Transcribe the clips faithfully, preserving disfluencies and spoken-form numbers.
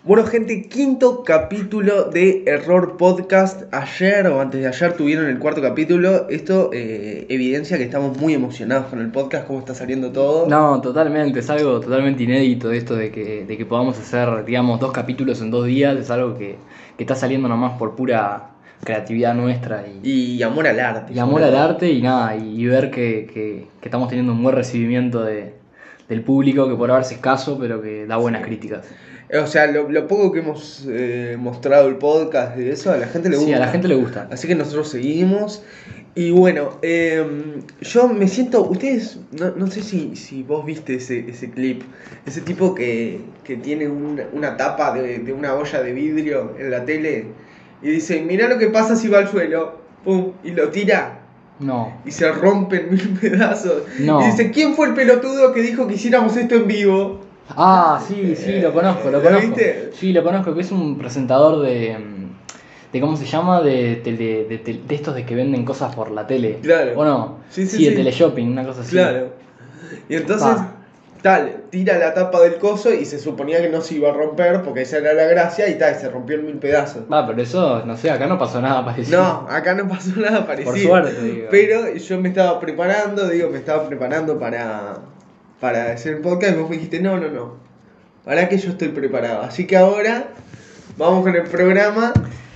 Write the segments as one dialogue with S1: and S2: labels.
S1: Bueno, gente, quinto capítulo de Error Podcast. Ayer o antes de ayer tuvieron el cuarto capítulo. Esto eh, evidencia que estamos muy emocionados con el podcast, cómo está saliendo todo.
S2: No, totalmente, es algo totalmente inédito esto de que, de que podamos hacer, digamos, dos capítulos en dos días. Es algo que, que está saliendo nomás por pura creatividad nuestra y,
S1: Y amor al arte.
S2: y amor al arte y nada, y, y ver que, que, que estamos teniendo un buen recibimiento de, del público, que por ahora es escaso, pero que da buenas críticas.
S1: O sea, lo, lo poco que hemos eh, mostrado el podcast de eso, a la gente le gusta.
S2: Sí, a la gente le gusta.
S1: Así que nosotros seguimos. Y bueno, eh, yo me siento... Ustedes, no, no sé si, si vos viste ese, ese clip. Ese tipo que, que tiene una, una tapa de, de una olla de vidrio en la tele. Y dice, mirá lo que pasa si va al suelo. Pum, y lo tira.
S2: No.
S1: Y se rompe en mil pedazos.
S2: No.
S1: Y dice, ¿quién fue el pelotudo que dijo que hiciéramos esto en vivo?
S2: Ah, sí, sí, lo conozco, lo
S1: ¿Lo
S2: conozco.
S1: viste?
S2: Sí, lo conozco, que es un presentador de... de ¿cómo se llama? De, tele, de, de, de estos de que venden cosas por la tele.
S1: Claro.
S2: ¿O no?
S1: Sí, sí,
S2: sí, de
S1: sí.
S2: teleshopping, una cosa así.
S1: Claro. Y entonces,
S2: Ah.
S1: tal, tira la tapa del coso y se suponía que no se iba a romper porque esa era la gracia y tal, se rompió en mil pedazos.
S2: Va, pero eso, no sé, acá no pasó nada parecido.
S1: No, acá no pasó nada parecido.
S2: Por suerte, digo.
S1: Pero yo me estaba preparando, digo, me estaba preparando para, para hacer el podcast y vos me dijiste, no, no, no. Para que yo estoy preparado. Así que ahora vamos con el programa.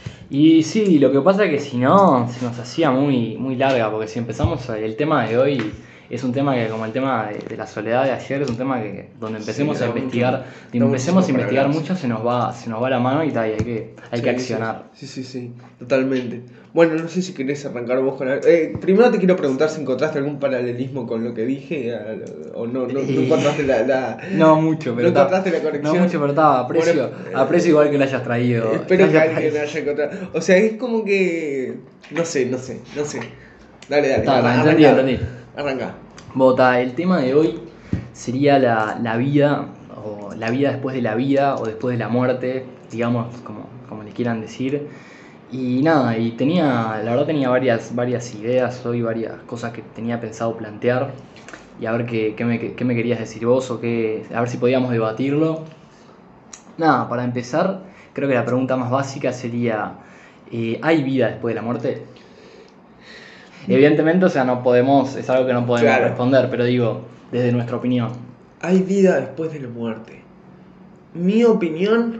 S2: Y sí, lo que pasa es que si no, se nos hacía muy, muy larga, porque si empezamos, el tema de hoy es un tema que, como el tema de, de la soledad de ayer, es un tema que donde empecemos
S1: Sí,
S2: a
S1: da
S2: investigar,
S1: mucho-
S2: si
S1: da
S2: empecemos a
S1: muchísimo para
S2: investigar
S1: hablar.
S2: mucho, se nos va, se nos va la mano y tal, y hay que, hay
S1: Sí,
S2: que accionar.
S1: Sí, sí, sí, sí, totalmente. Bueno, no sé si querés arrancar vos con algo. Eh, primero te quiero preguntar si encontraste algún paralelismo con lo que dije eh, o no, no, no encontraste la, la-
S2: No mucho, pero
S1: no
S2: ta-
S1: encontraste la conexión.
S2: No mucho, pero estaba, aprecio,
S1: Bueno, eh,
S2: aprecio igual que lo hayas traído.
S1: Espero que
S2: hayas
S1: alguien
S2: traído.
S1: haya encontrado. O sea, es como que no sé, no sé, no sé. Dale, dale.
S2: Ta, ta,
S1: arran-
S2: entendí,
S1: arranca.
S2: entendí.
S1: Arranca.
S2: Bota, el tema de hoy sería la, la vida, o la vida después de la vida, o después de la muerte, digamos, como, como le quieran decir. Y nada, y tenía, la verdad tenía varias, varias ideas hoy, varias cosas que tenía pensado plantear, y a ver qué, qué, me, qué me querías decir vos, o qué, a ver si podíamos debatirlo. Nada, para empezar, creo que la pregunta más básica sería, eh, ¿hay vida después de la muerte? Evidentemente, o sea, no podemos, es algo que no podemos
S1: Claro.
S2: responder, pero digo, desde nuestra opinión.
S1: Hay vida después de la muerte. Mi opinión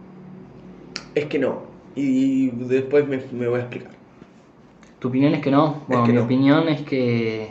S1: es que no. Y después me, me voy a explicar.
S2: ¿Tu opinión es que no? Bueno,
S1: que
S2: mi
S1: no.
S2: opinión es que...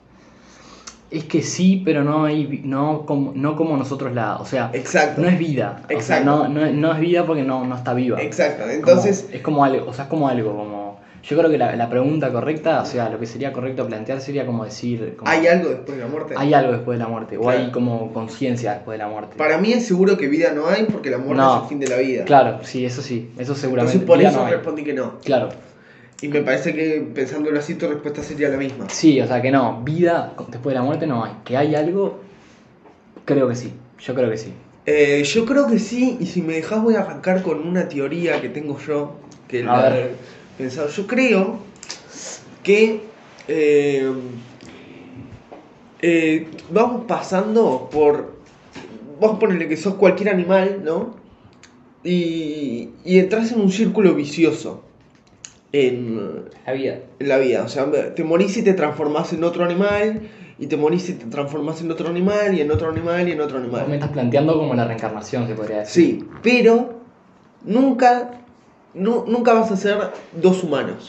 S2: Es que sí, pero no hay vi- no como, no como nosotros la... O sea,
S1: Exacto.
S2: no es vida. O sea,
S1: Exacto.
S2: no, no, no es vida porque no, no está viva.
S1: Exacto. Entonces,
S2: Como- es como algo, o sea, es como algo, como... Yo creo que la, la pregunta correcta, o sea, lo que sería correcto plantear sería como decir... Como,
S1: ¿hay algo después de la muerte?
S2: hay algo después de la muerte, o
S1: Claro.
S2: hay como conciencia después de la muerte.
S1: Para mí es seguro que vida no hay porque la muerte
S2: No.
S1: es el fin de la vida.
S2: Claro, sí, eso sí, eso seguramente.
S1: Entonces por
S2: Vida
S1: eso
S2: no hay.
S1: respondí que no.
S2: Claro,
S1: Y me parece que pensándolo así tu respuesta sería la misma.
S2: sí, o sea que no, vida después de la muerte no hay. Que hay algo, creo que sí, yo creo que sí.
S1: Eh, yo creo que sí, y si me dejás voy a arrancar con una teoría que tengo yo, que
S2: A
S1: la
S2: ver.
S1: he pensado. Yo creo que eh, eh, vamos pasando por... Vamos a ponerle que sos cualquier animal, ¿no? Y, y entras en un círculo vicioso en,
S2: La vida.
S1: en la vida. O sea, te morís y te transformás en otro animal, y te morís y te transformás en otro animal, y en otro animal, y en otro
S2: Vos me
S1: animal.
S2: estás planteando como la reencarnación, se podría decir.
S1: Sí, pero nunca, nu- nunca vas a ser dos humanos.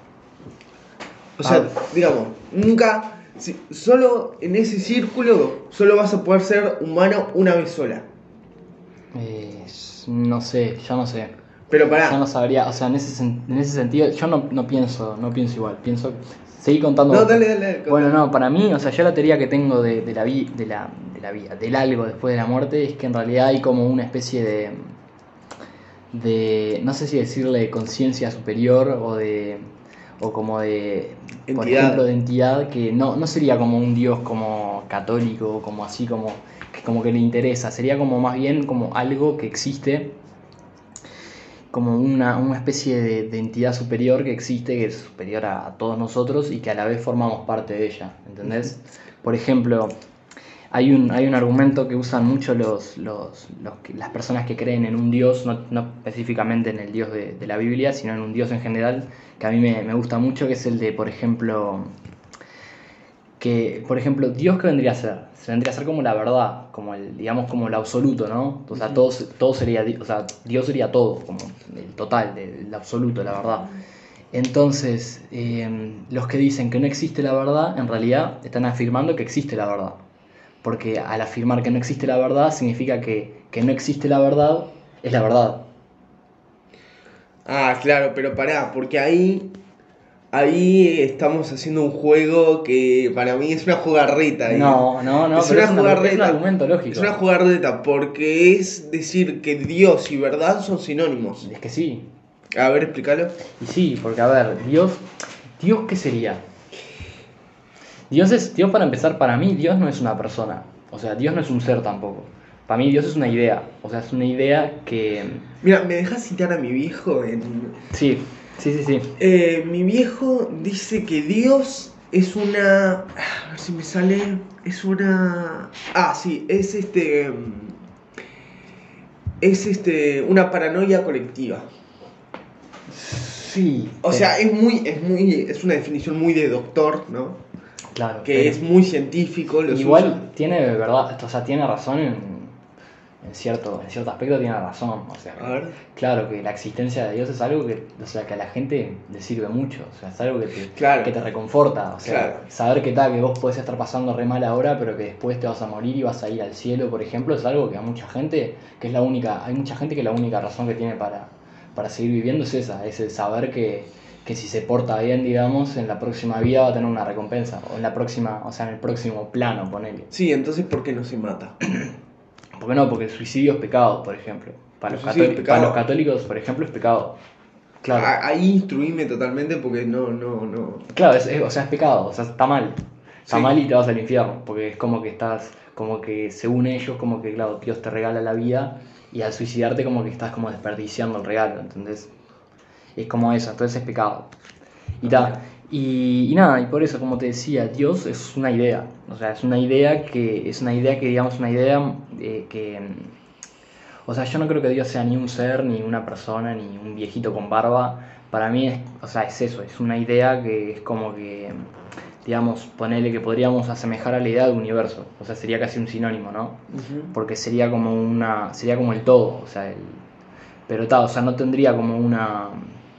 S1: O sea,
S2: Ah.
S1: digamos, nunca, si- solo en ese círculo, solo vas a poder ser humano una vez sola.
S2: Eh, no sé, yo no sé.
S1: Pero pará,
S2: Yo no sabría, o sea, en ese, sen- en ese sentido, yo no, no pienso, no pienso igual, pienso... Seguí contando.
S1: no, dale, dale. dale.
S2: Bueno, no, para mí, o sea, yo la teoría que tengo de, de la vi- de la de la vida, del algo después de la muerte, es que en realidad hay como una especie de de no sé si decirle conciencia superior o de o como de por
S1: Entidad.
S2: ejemplo de entidad que no, no sería como un dios como católico, como así como que como que le interesa, sería como más bien como algo que existe, como una, una especie de, de entidad superior que existe, que es superior a, a todos nosotros y que a la vez formamos parte de ella, ¿entendés? Por ejemplo, Hay un, hay un argumento que usan mucho los, los, los que- las personas que creen en un Dios, no, no específicamente en el Dios de, de la Biblia, sino en un Dios en general, que a mí me, me gusta mucho, que es el de, por ejemplo, que, por ejemplo, Dios, ¿qué vendría a ser? Se vendría a ser como la verdad, como el, digamos, como el absoluto, ¿no? O sea,
S1: Ujú.
S2: todo, todo sería, di- o sea, Dios sería todo, como el total, el, el absoluto, la verdad. Entonces, eh, los que dicen que no existe la verdad, en realidad están afirmando que existe la verdad. Porque al afirmar que no existe la verdad, significa que, que no existe la verdad, es la verdad.
S1: Ah, claro, pero pará, porque ahí, ahí estamos haciendo un juego que para mí es una jugarreta. Y
S2: No, no, no,
S1: es
S2: pero
S1: una
S2: es un, argu- es un
S1: jugarreta,
S2: argumento
S1: es una
S2: lógico.
S1: jugarreta porque es decir que Dios y verdad son sinónimos.
S2: Es que sí.
S1: A ver, explícalo.
S2: Y sí, porque a ver, Dios, ¿Dios qué sería? Dios es, Dios para empezar, para mí Dios no es una persona, o sea, Dios no es un ser tampoco. Para mí Dios es una idea, o sea, es una idea que...
S1: Mira, ¿me dejas citar a mi viejo? En...
S2: Sí, sí, sí, sí.
S1: Eh, mi viejo dice que Dios es una... A ver si me sale... Es una... Ah, sí, es este... mm, Es este... Una paranoia colectiva.
S2: Sí,
S1: O
S2: pero-
S1: sea, es muy... Es muy... Es una definición muy de doctor, ¿no?
S2: claro,
S1: Que
S2: pero
S1: es muy científico. Los
S2: igual
S1: usa.
S2: tiene verdad, o sea, tiene razón en, en cierto, en cierto aspecto tiene razón, o sea,
S1: A ver.
S2: claro que la existencia de Dios es algo que, o sea, que a la gente le sirve mucho, o sea, es algo que te,
S1: Claro.
S2: que te reconforta, o sea,
S1: Claro.
S2: saber que tal, que vos podés estar pasando re mal ahora, pero que después te vas a morir y vas a ir al cielo, por ejemplo, es algo que a mucha gente, que es la única, hay mucha gente que la única razón que tiene para, para seguir viviendo es esa, es el saber que, que si se porta bien, digamos, en la próxima vida va a tener una recompensa, o en la próxima, o sea, en el próximo plano, ponele.
S1: Sí, entonces ¿por qué no se mata?
S2: ¿Por qué no? Porque el suicidio es pecado, por ejemplo. Para
S1: El
S2: los,
S1: suicidio es
S2: cató-
S1: pecado.
S2: para los católicos, por ejemplo, es pecado. Claro.
S1: A- Ahí instruíme totalmente porque no, no, no.
S2: Claro, es, es- o sea, es pecado, o sea, está mal. Está
S1: Sí.
S2: mal y te vas al infierno, porque es como que estás, como que según ellos, como que, claro, Dios te regala la vida y al suicidarte como que estás como desperdiciando el regalo, ¿entendés? Es como eso, entonces es pecado. Y ta, y, y nada, y por eso, como te decía, Dios es una idea, o sea, es una idea que, es una idea que, digamos, una idea eh, que... O sea, yo no creo que Dios sea ni un ser, ni una persona, ni un viejito con barba. Para mí es, o sea, es eso, es una idea que es como que, digamos, ponerle que podríamos asemejar a la idea de universo. O sea, sería casi un sinónimo, ¿no?
S1: Ujú.
S2: Porque sería como una, sería como el todo, o sea, el, pero tal, o sea, no tendría como una,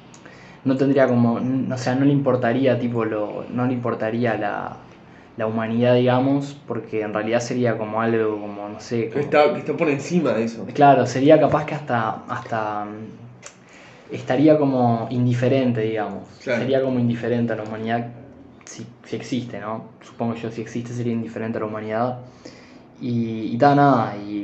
S2: no tendría como, o sea, no le importaría tipo lo, no le importaría la, la humanidad, digamos, porque en realidad sería como algo, como, no sé,
S1: Que
S2: como-
S1: está, que está por encima de eso.
S2: claro, sería capaz que hasta, hasta mm, estaría como indiferente, digamos.
S1: Claro.
S2: Sería como indiferente a la humanidad si, si existe, ¿no? Supongo yo, si existe sería indiferente a la humanidad. Y, y tal, nada, y,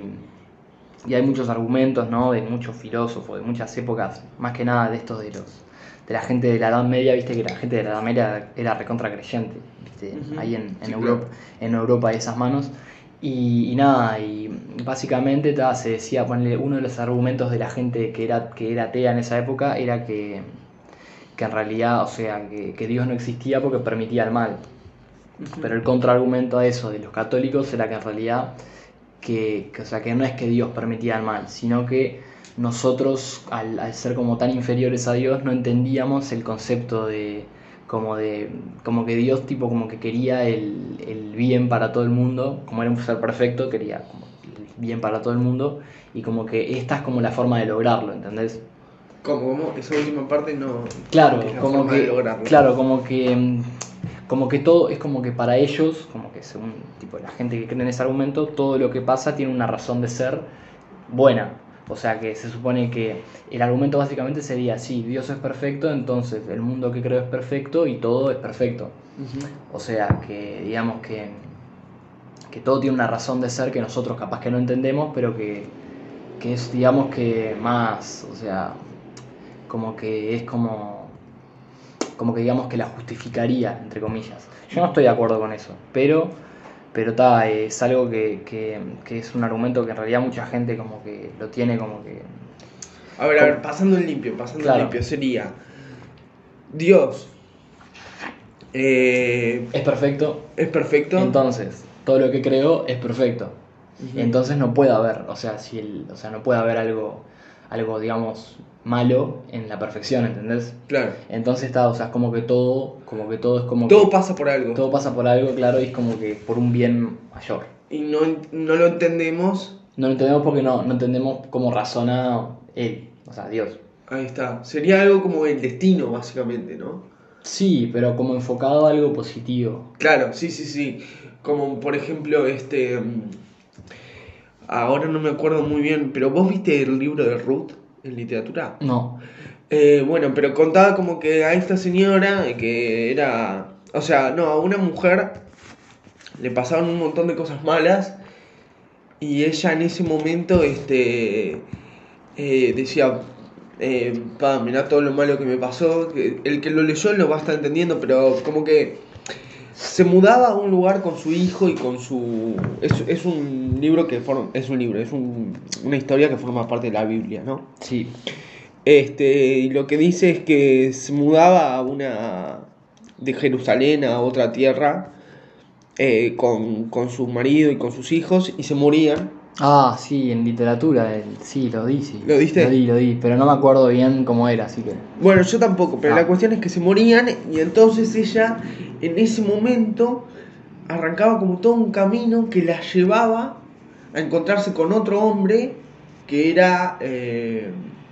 S2: y hay muchos argumentos, ¿no? De muchos filósofos, de muchas épocas, más que nada de estos de los de la gente de la Edad Media, viste que la gente de la Edad Media era recontra creyente, viste,
S1: Ujú.
S2: ahí en, en
S1: Sí,
S2: Europa, en Europa de esas manos. Y, y nada, y básicamente ta, se decía, ponerle uno de los argumentos de la gente que era, que era atea en esa época era que, que en realidad, o sea, que, que Dios no existía porque permitía el mal.
S1: Ujú.
S2: Pero el contraargumento a eso de los católicos era que en realidad, que, que, o sea, que no es que Dios permitía el mal, sino que nosotros, al, al ser como tan inferiores a Dios, no entendíamos el concepto de como de como que Dios tipo como que quería el, el bien para todo el mundo, como era un ser perfecto, quería como el bien para todo el mundo, y como que esta es como la forma de lograrlo, ¿entendés?
S1: ¿Cómo, cómo? Esa última parte no.
S2: Claro,
S1: es la
S2: como
S1: forma de
S2: que,
S1: lograrlo.
S2: claro, como que, mm, como que todo es como que para ellos, como que según tipo la gente que cree en ese argumento, todo lo que pasa tiene una razón de ser buena. O sea que se supone que el argumento básicamente sería, sí, Dios es perfecto, entonces el mundo que creo es perfecto y todo es perfecto.
S1: Ujú.
S2: O sea que digamos que, que todo tiene una razón de ser que nosotros capaz que no entendemos, pero que, que es digamos que más, o sea, como que es como, como que digamos que la justificaría, entre comillas. Yo no estoy de acuerdo con eso, pero, pero ta, es algo que, que, que es un argumento que en realidad mucha gente como que lo tiene como que...
S1: A ver, a
S2: ¿Cómo?
S1: ver, pasando en limpio, pasando
S2: Claro.
S1: en limpio, sería Dios eh,
S2: Es perfecto,
S1: es perfecto.
S2: entonces todo lo que creo es perfecto.
S1: Ujú.
S2: Entonces no puede haber, o sea, si el, o sea, no puede haber algo, algo, digamos, malo en la perfección, ¿entendés?
S1: Claro.
S2: Entonces está, o sea, es como que todo, como que todo es como
S1: Todo
S2: que
S1: pasa por algo.
S2: todo pasa por algo, claro, y es como que por un bien mayor.
S1: Y no, no lo entendemos.
S2: No lo entendemos porque no, no entendemos cómo razona él, o sea, Dios.
S1: Ahí está. Sería algo como el destino, básicamente, ¿no?
S2: Sí, pero como enfocado a algo positivo.
S1: Claro, sí, sí, sí. Como por ejemplo, este. mm, Ahora no me acuerdo muy bien, pero ¿vos viste el libro de Ruth en literatura?
S2: No.
S1: Eh, bueno, pero contaba como que a esta señora, eh, que era. O sea, no, a una mujer le pasaban un montón de cosas malas y ella en ese momento, este. eh, decía, eh, pa, mirá todo lo malo que me pasó. Que el que lo leyó lo va a estar entendiendo, pero como que se mudaba a un lugar con su hijo y con su... Es, es un libro que forma... Es un libro, es un- una historia que forma parte de la Biblia, ¿no?
S2: Sí.
S1: Este, y lo que dice es que se mudaba a una... de Jerusalén a otra tierra eh, con, con su marido y con sus hijos y se morían.
S2: Ah, sí, en literatura, el- sí, lo di, sí.
S1: ¿Lo diste?
S2: Lo di, lo di, pero no me acuerdo bien cómo era, así que...
S1: Bueno, yo tampoco, pero
S2: Ah.
S1: la cuestión es que se morían y entonces ella en ese momento arrancaba como todo un camino que la llevaba a encontrarse con otro hombre que era... eh,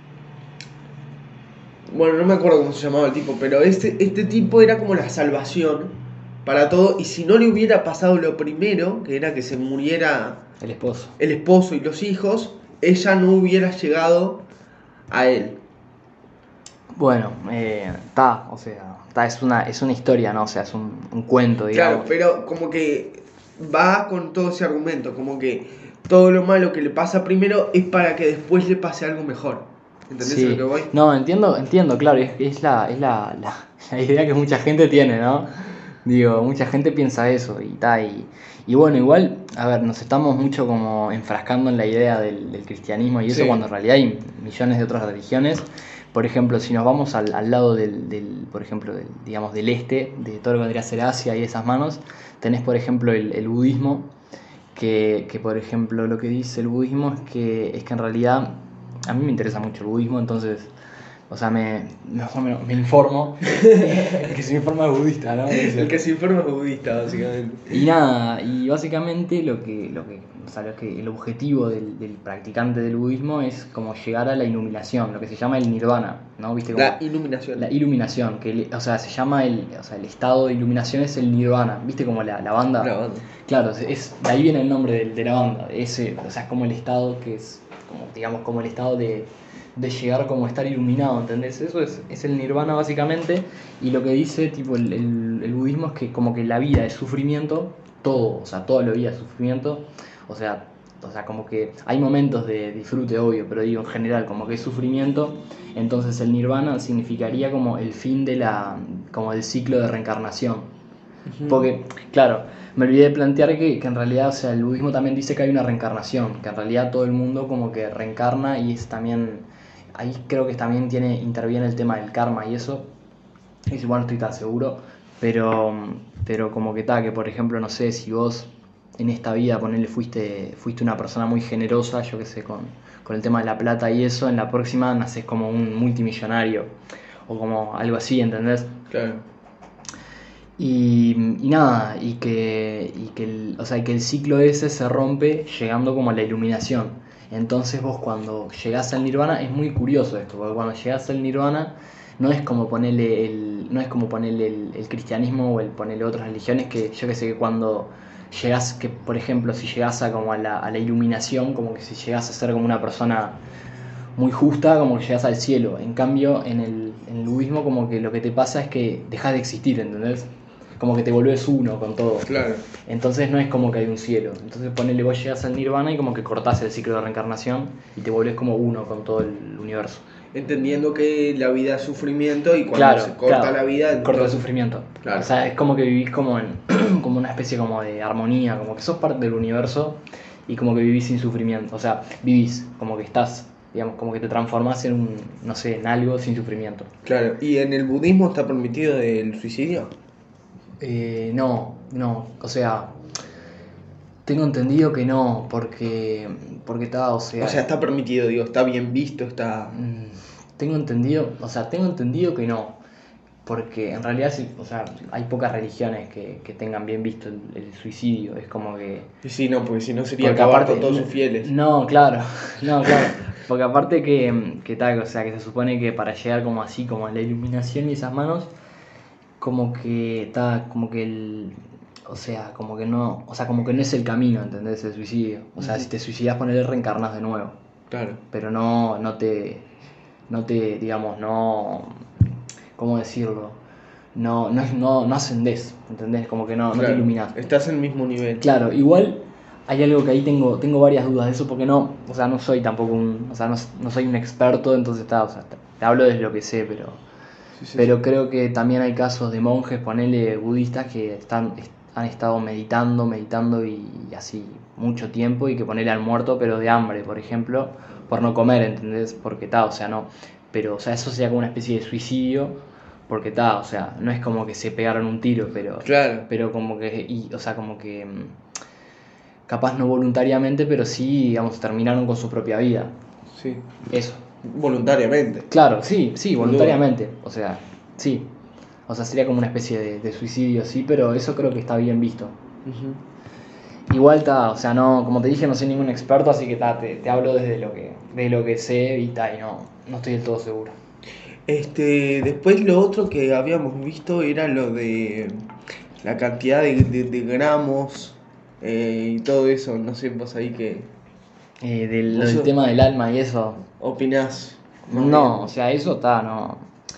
S1: bueno, no me acuerdo cómo se llamaba el tipo, pero este, este tipo era como la salvación para todo y si no le hubiera pasado lo primero, que era que se muriera
S2: El esposo.
S1: el esposo y los hijos, ella no hubiera llegado a él.
S2: Bueno, está, o sea, ta, es, una, es una historia, ¿no? O sea, es un, un cuento,
S1: Claro,
S2: digamos.
S1: pero como que va con todo ese argumento, como que todo lo malo que le pasa primero es para que después le pase algo mejor. ¿Entendés a lo
S2: Sí,
S1: que voy?
S2: no, entiendo, entiendo, claro, es, es la, es la, la, la idea que mucha gente tiene, ¿no? Digo, mucha gente piensa eso y tal, y, y bueno, igual, a ver, nos estamos mucho como enfrascando en la idea del, del cristianismo y eso
S1: Sí.
S2: cuando en realidad hay millones de otras religiones. Por ejemplo, si nos vamos al, al lado del, del, por ejemplo, del, digamos, del este, de todo lo que vendría a ser Asia y esas manos, tenés, por ejemplo, el, el budismo, que, que, por ejemplo, lo que dice el budismo es que, es que en realidad a mí me interesa mucho el budismo, entonces, o sea, me, más o menos me informo. El que se informa es budista, ¿no?
S1: El que se informa es budista, básicamente.
S2: Y nada, y básicamente lo que, lo que, o sea, lo que el objetivo del, del practicante del budismo es como llegar a la iluminación, lo que se llama el nirvana, ¿no? ¿Viste? Como
S1: La iluminación.
S2: la iluminación, que le- o sea, se llama el, o sea, el estado de iluminación es el nirvana, ¿viste? Como la, la banda.
S1: La banda.
S2: Claro, es, de ahí viene el nombre de, de la banda, ese, o sea, es como el estado que es, como, digamos, como el estado de, de llegar como a estar iluminado, ¿entendés? Eso es, es el nirvana básicamente, y lo que dice tipo el, el, el budismo es que como que la vida es sufrimiento, todo, o sea, toda la vida es sufrimiento, o sea, o sea, como que hay momentos de disfrute, obvio, pero digo en general, como que es sufrimiento, entonces el nirvana significaría como el fin de la, como del ciclo de reencarnación.
S1: Ujú.
S2: Porque, claro, me olvidé de plantear que, que en realidad, o sea, el budismo también dice que hay una reencarnación, que en realidad todo el mundo como que reencarna y es también, ahí creo que también tiene, interviene el tema del karma y eso, y igual no estoy tan seguro, pero, pero como que tal, que por ejemplo, no sé, si vos en esta vida, ponele, fuiste, fuiste una persona muy generosa, yo qué sé, con, con el tema de la plata y eso, en la próxima naces como un multimillonario, o como algo así, ¿entendés?
S1: Claro.
S2: Y, y nada, y que, y que el, o sea, que el ciclo ese se rompe llegando como a la iluminación. Entonces vos cuando llegás al nirvana, es muy curioso esto, porque cuando llegás al nirvana no es como ponerle el, no es como ponerle el, el cristianismo o el ponerle otras religiones que yo que sé que cuando llegás, que por ejemplo si llegás a como a la, a la iluminación, como que si llegás a ser como una persona muy justa, como que llegas al cielo. En cambio, en el, en el budismo como que lo que te pasa es que dejas de existir, ¿entendés? Como que te volvés uno con todo.
S1: Claro.
S2: Entonces no es como que hay un cielo. Entonces ponele, vos llegas al nirvana y como que cortás el ciclo de reencarnación y te volvés como uno con todo el universo.
S1: Entendiendo que la vida es sufrimiento y cuando
S2: Claro,
S1: se corta
S2: claro,
S1: la vida...
S2: corta el
S1: entonces-
S2: sufrimiento.
S1: Claro.
S2: O sea, es como que vivís como en como una especie como de armonía, como que sos parte del universo y como que vivís sin sufrimiento. O sea, vivís, como que estás, digamos, como que te transformás en un, no sé, en algo sin sufrimiento.
S1: Claro. ¿Y en el budismo está permitido el suicidio?
S2: Eh, no, no, o sea, Tengo entendido que no, porque porque está, o sea,
S1: O sea, está permitido, digo, está bien visto, está...
S2: mm, tengo entendido, o sea, tengo entendido que no, porque en realidad sí, o sea, hay pocas religiones que, que tengan bien visto el, el suicidio, es como que
S1: Y sí, no, porque si no sería
S2: porque
S1: acabar
S2: aparte
S1: con todos
S2: no,
S1: sus fieles.
S2: no, claro, no, claro, porque aparte que que tal, o sea, que se supone que para llegar como así como a la iluminación y esas manos como que está, como que el, o sea, como que no, o sea, como que no es el camino, ¿entendés? El suicidio. O sea,
S1: Ujú.
S2: si te suicidas, ponele, reencarnas de nuevo.
S1: Claro,
S2: Pero no, no te, no te, digamos, no, ¿cómo decirlo? No, no, no, no ascendés, ¿entendés? Como que no, no te
S1: claro.
S2: iluminás.
S1: Estás en el mismo nivel.
S2: Claro, igual hay algo que ahí tengo, tengo varias dudas de eso porque no, o sea, no soy tampoco un, o sea, no, no soy un experto, entonces está, o sea, te, te hablo de lo que sé, pero
S1: Sí, sí,
S2: pero
S1: sí.
S2: creo que también hay casos de monjes, ponele budistas, que están, est- han estado meditando, meditando y, y así mucho tiempo y que ponele al muerto, pero de hambre, por ejemplo, por no comer, ¿entendés? Porque está, o sea, no. Pero, o sea, eso sería como una especie de suicidio, porque está, o sea, no es como que se pegaron un tiro, pero,
S1: Claro,
S2: pero como que, y, o sea, como que mm, capaz no voluntariamente, pero sí, digamos, terminaron con su propia vida.
S1: sí.
S2: Eso.
S1: Voluntariamente.
S2: Claro, sí, sí,
S1: Sin
S2: voluntariamente. O sea, sí. O sea, sería como una especie de, de suicidio, sí, pero eso creo que está bien visto.
S1: Ujú.
S2: Igual está, o sea, no, como te dije, no soy ningún experto, así que ta, te, te hablo desde lo que, de lo que sé y ta, y no, no estoy del todo seguro.
S1: Este, después lo otro que habíamos visto era lo de la cantidad de, de- de gramos eh, y todo eso. No sé, vos ahí qué
S2: Eh, del, lo
S1: vos
S2: del
S1: sos-
S2: tema del alma y eso.
S1: opinás. Más bien.
S2: No, o sea, eso está, no.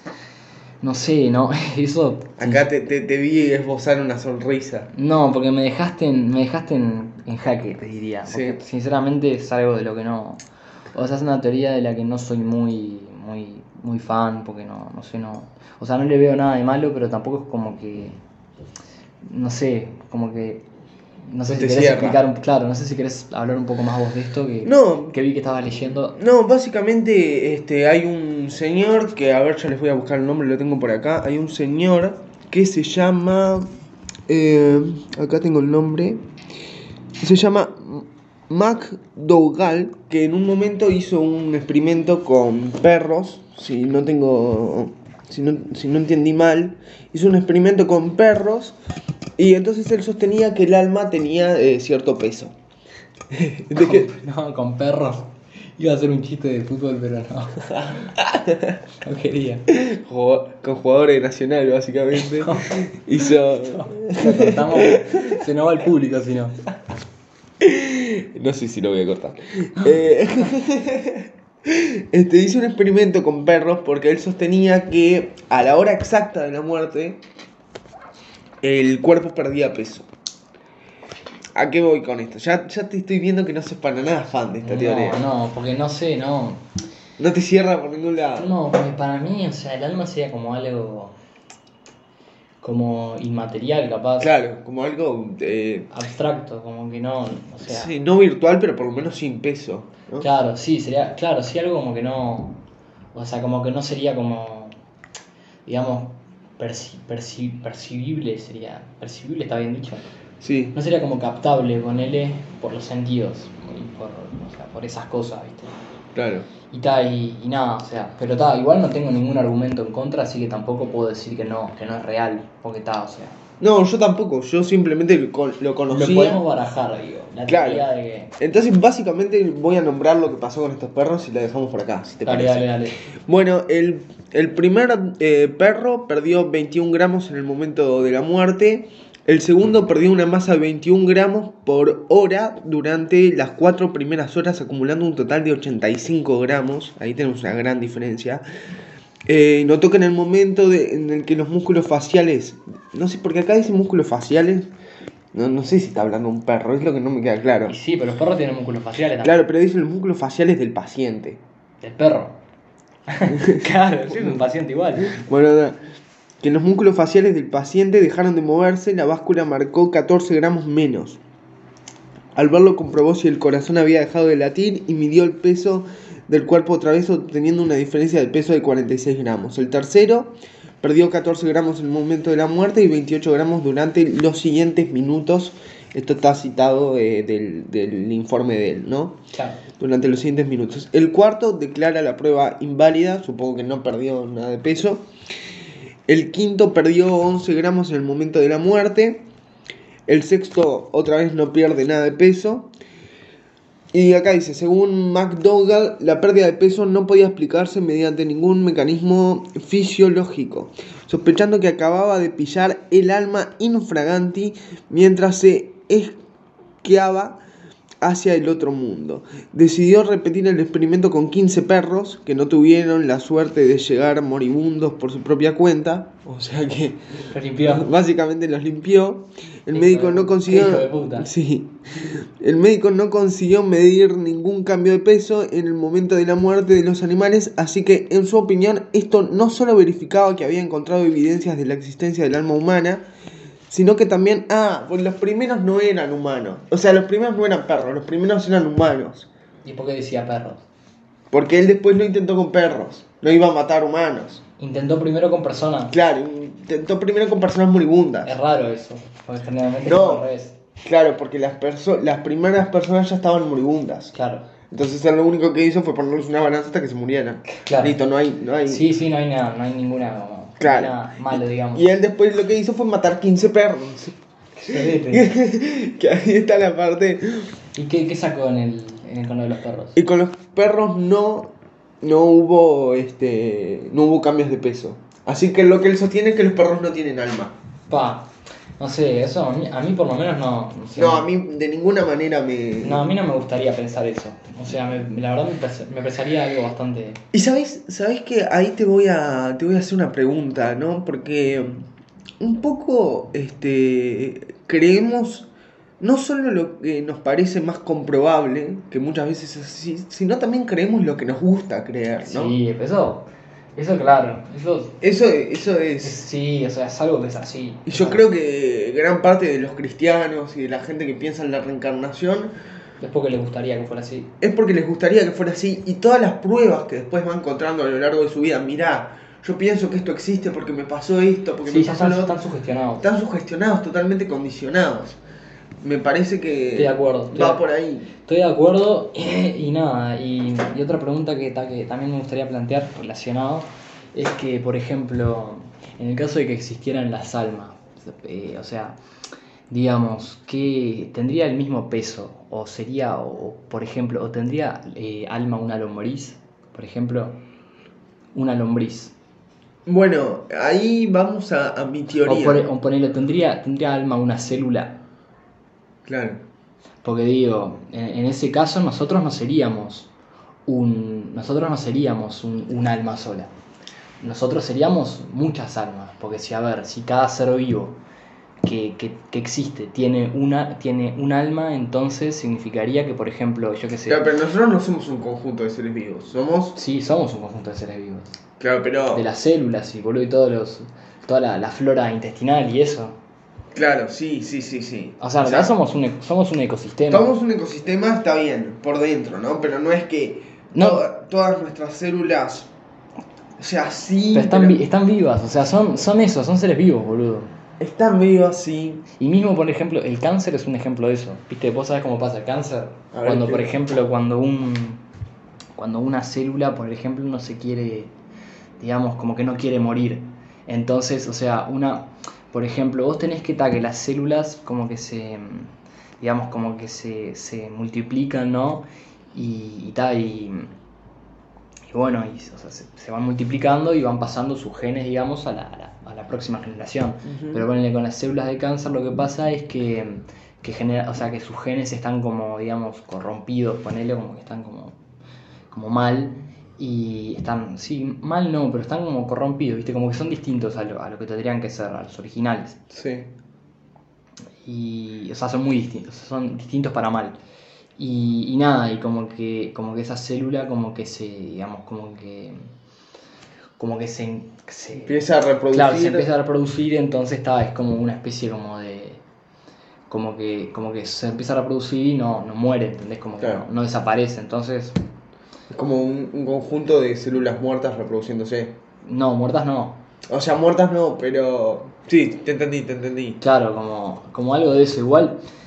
S2: No sé, no, eso.
S1: Acá te, te, te vi esbozar una sonrisa.
S2: No, porque me dejaste en, me dejaste en, en jaque, te diría. Porque
S1: Sí,
S2: sinceramente es algo de lo que no. O sea, es una teoría de la que no soy muy, muy, muy fan, porque no, no sé, no. O sea, no le veo nada de malo, pero tampoco es como que. No sé, como que. No sé
S1: no
S2: si
S1: te
S2: querés
S1: cierra.
S2: explicar, un- claro, no sé si querés hablar un poco más vos de esto, que,
S1: No,
S2: que vi que estabas leyendo.
S1: no, básicamente este, hay un señor que, a ver, ya les voy a buscar el nombre, lo tengo por acá. Hay un señor que se llama, eh, acá tengo el nombre, se llama McDougall, que en un momento hizo un experimento con perros, si no tengo, si no, si no entendí mal, hizo un experimento con perros y entonces él sostenía que el alma tenía eh, cierto peso. ¿De qué?
S2: No, con perros. Iba a hacer un chiste de fútbol, pero no. No quería.
S1: Jugó- con jugadores de Nacional, básicamente. Hizo.
S2: Lo cortamos, se nos va el público si no.
S1: No sé si lo voy a cortar. Eh, Este, hizo un experimento con perros porque él sostenía que a la hora exacta de la muerte el cuerpo perdía peso. ¿A qué voy con esto? Ya, ya te estoy viendo que no sos para nada fan de esta teoría.
S2: No, no, porque no sé, no.
S1: No te cierra por ningún lado.
S2: No, porque para mí, o sea, el alma sería como algo. Como inmaterial, capaz.
S1: Claro, como algo. Eh,
S2: Abstracto, como que no. O sea.
S1: sí, no virtual, pero por lo menos sin peso, ¿no?
S2: Claro, sí, sería. Claro, sí, algo como que no. O sea, como que no sería como. Digamos. Perci, perci- percibible sería. Percibible, está bien dicho.
S1: Sí.
S2: No sería como captable, ponele, por los sentidos. Y por, o sea, por esas cosas, ¿viste?
S1: Claro.
S2: Y tal, y, y nada, o sea, pero está, igual no tengo ningún argumento en contra, así que tampoco puedo decir que no, que no es real, porque está, o sea,
S1: No, yo tampoco, yo simplemente lo con- lo
S2: lo
S1: conocía.
S2: podemos barajar, digo, la
S1: Claro.
S2: teoría de que...
S1: Entonces, básicamente voy a nombrar lo que pasó con estos perros y la dejamos por acá, si te
S2: Dale,
S1: parece.
S2: dale, dale.
S1: Bueno, el, el primer eh, perro perdió veintiún gramos en el momento de la muerte. El segundo perdió una masa de veintiún gramos por hora durante las cuatro primeras horas, acumulando un total de ochenta y cinco gramos. Ahí tenemos una gran diferencia. Eh, notó que en el momento de- en el que los músculos faciales, no sé, porque acá dice músculos faciales, no, no sé si está hablando un perro, es lo que no me queda claro.
S2: Y sí, pero los perros tienen músculos faciales también.
S1: Claro, pero dice los músculos faciales del paciente.
S2: El perro. Claro, sí, es un paciente igual.
S1: Bueno, nada, que los músculos faciales del paciente dejaron de moverse, la báscula marcó catorce gramos menos. Al verlo comprobó si el corazón había dejado de latir y midió el peso del cuerpo otra vez, obteniendo una diferencia de peso de cuarenta y seis gramos. El tercero perdió catorce gramos en el momento de la muerte y veintiocho gramos durante los siguientes minutos Esto está citado eh, del, del informe de él, ¿no?
S2: Claro.
S1: Durante los siguientes minutos. El cuarto declara la prueba inválida, supongo que no perdió nada de peso. El quinto perdió once gramos en el momento de la muerte. El sexto otra vez no pierde nada de peso. Y acá dice, según McDougall, la pérdida de peso no podía explicarse mediante ningún mecanismo fisiológico, sospechando que acababa de pillar el alma infraganti mientras se esquiaba hacia el otro mundo. Decidió repetir el experimento con quince perros que no tuvieron la suerte de llegar moribundos por su propia cuenta, o sea que
S2: Los limpió.
S1: básicamente los limpió. El
S2: Hijo
S1: médico
S2: de-
S1: no
S2: qué
S1: consiguió
S2: hijo de puta.
S1: Sí. El médico no consiguió medir ningún cambio de peso en el momento de la muerte de los animales, así que en su opinión esto no solo verificaba que había encontrado evidencias de la existencia del alma humana, sino que también, ah, pues los primeros no eran humanos. O sea, los primeros no eran perros, los primeros eran humanos.
S2: ¿Y por qué decía perros?
S1: Porque él después lo intentó con perros, no iba a matar humanos.
S2: Intentó primero con personas.
S1: Claro, intentó primero con personas moribundas.
S2: Es raro eso, porque generalmente
S1: No.
S2: es al revés.
S1: Claro, porque las, perso- las primeras personas ya estaban moribundas.
S2: Claro.
S1: Entonces él lo único que hizo fue ponerles una balanza hasta que se murieran.
S2: Claro.
S1: Listo, no hay, no hay...
S2: Sí, sí, no hay nada, no hay ninguna como,
S1: Claro.
S2: nada malo, digamos.
S1: Y él después lo que hizo fue matar quince perros.
S2: Excelente.
S1: Que ahí está la parte...
S2: ¿Y qué, qué sacó en el, en el con lo de los perros?
S1: Y con los perros no, no hubo este, no hubo cambios de peso. Así que lo que él sostiene es que los perros no tienen alma.
S2: Pa, no sé, eso a mí, a mí por lo menos no. No, sé,
S1: No, a mí de ninguna manera me...
S2: No, a mí no me gustaría pensar eso. O sea, me- la verdad me, parece- me parecería algo bastante...
S1: Y sabes, sabes que ahí te voy a te voy a hacer una pregunta, ¿no? Porque un poco este creemos no solo lo que nos parece más comprobable, que muchas veces es así, sino también creemos lo que nos gusta creer, ¿no?
S2: Sí, eso, eso claro, eso...
S1: Eso, eso
S2: es-
S1: es...
S2: sí, o sea, es algo que es así.
S1: Y yo creo que gran parte de los cristianos y de la gente que piensa en la reencarnación
S2: Es porque le gustaría que fuera así.
S1: es porque les gustaría que fuera así, y todas las pruebas que después va encontrando a lo largo de su vida, mirá, yo pienso que esto existe porque me pasó esto, porque
S2: Sí,
S1: me
S2: ya
S1: pasó
S2: están,
S1: lo otro.
S2: están sugestionados.
S1: Están sugestionados, totalmente condicionados. Me parece que
S2: Estoy de acuerdo, estoy
S1: va
S2: de-
S1: por ahí.
S2: Estoy de acuerdo y nada, y, y otra pregunta que, ta- que también me gustaría plantear relacionado es que, por ejemplo, en el caso de que existieran las almas, eh, o sea, digamos, que tendría el mismo peso, o sería, o por ejemplo, o tendría eh, alma una lombriz, por ejemplo, una lombriz,
S1: Bueno, ahí vamos a, a mi
S2: o,
S1: teoría.
S2: por, o ponele, tendría, tendría alma una célula.
S1: Claro.
S2: Porque digo, en, en ese caso nosotros no seríamos un. Nosotros no seríamos un, un alma sola. Nosotros seríamos muchas almas. Porque si a ver, si cada ser vivo que, que, que existe tiene una, tiene un alma, entonces significaría que, por ejemplo, yo qué sé.
S1: Claro, pero nosotros no somos un conjunto de seres vivos. Somos.
S2: Sí, somos un conjunto de seres vivos.
S1: Claro, pero.
S2: De las células y boludo y todos los. Toda la, la flora intestinal y eso.
S1: Claro, sí, sí, sí, sí.
S2: O sea, en realidad somos un, e- somos un ecosistema.
S1: Somos un ecosistema, está bien, por dentro, ¿no? Pero no es que
S2: No.
S1: to- todas nuestras células. O sea, sí.
S2: Pero están,
S1: pero
S2: vi- están vivas, o sea, son, son eso, son seres vivos, boludo.
S1: están vivas, sí.
S2: Y mismo, por ejemplo, el cáncer es un ejemplo de eso. ¿Viste? ¿Vos sabés cómo pasa el cáncer?
S1: A ver,
S2: Cuando,
S1: ¿qué?
S2: por ejemplo, cuando un cuando una célula, por ejemplo, no se quiere, digamos, como que no quiere morir. Entonces, o sea, una, por ejemplo, vos tenés que ta, que las células como que se, digamos, como que se, se multiplican, ¿no? Y, y ta, y, y bueno, y, o sea, se, se van multiplicando y van pasando sus genes, digamos, a la, a la, a la próxima generación.
S1: Ujú.
S2: Pero ponele, con las células de cáncer lo que pasa es que, que genera, o sea, que sus genes están como, digamos, corrompidos, ponele, como que están como, como mal. Y están, sí, mal no, pero están como corrompidos, ¿viste? Como que son distintos a lo, a lo que tendrían que ser, a los originales.
S1: Sí.
S2: Y, o sea, son muy distintos, son distintos para mal. Y, y nada, y como que, como que esa célula como que se, digamos, como que, como que se, se
S1: Empieza a reproducir.
S2: claro, se empieza a reproducir, entonces está, es como una especie como de, como que, como que se empieza a reproducir y no, no muere, ¿entendés? Como que
S1: Claro.
S2: no, no desaparece, entonces,
S1: Es como un, un conjunto de células muertas reproduciéndose.
S2: no, muertas no.
S1: O sea, muertas no, pero. Sí, te entendí, te entendí.
S2: Claro, como, como algo de eso. Igual,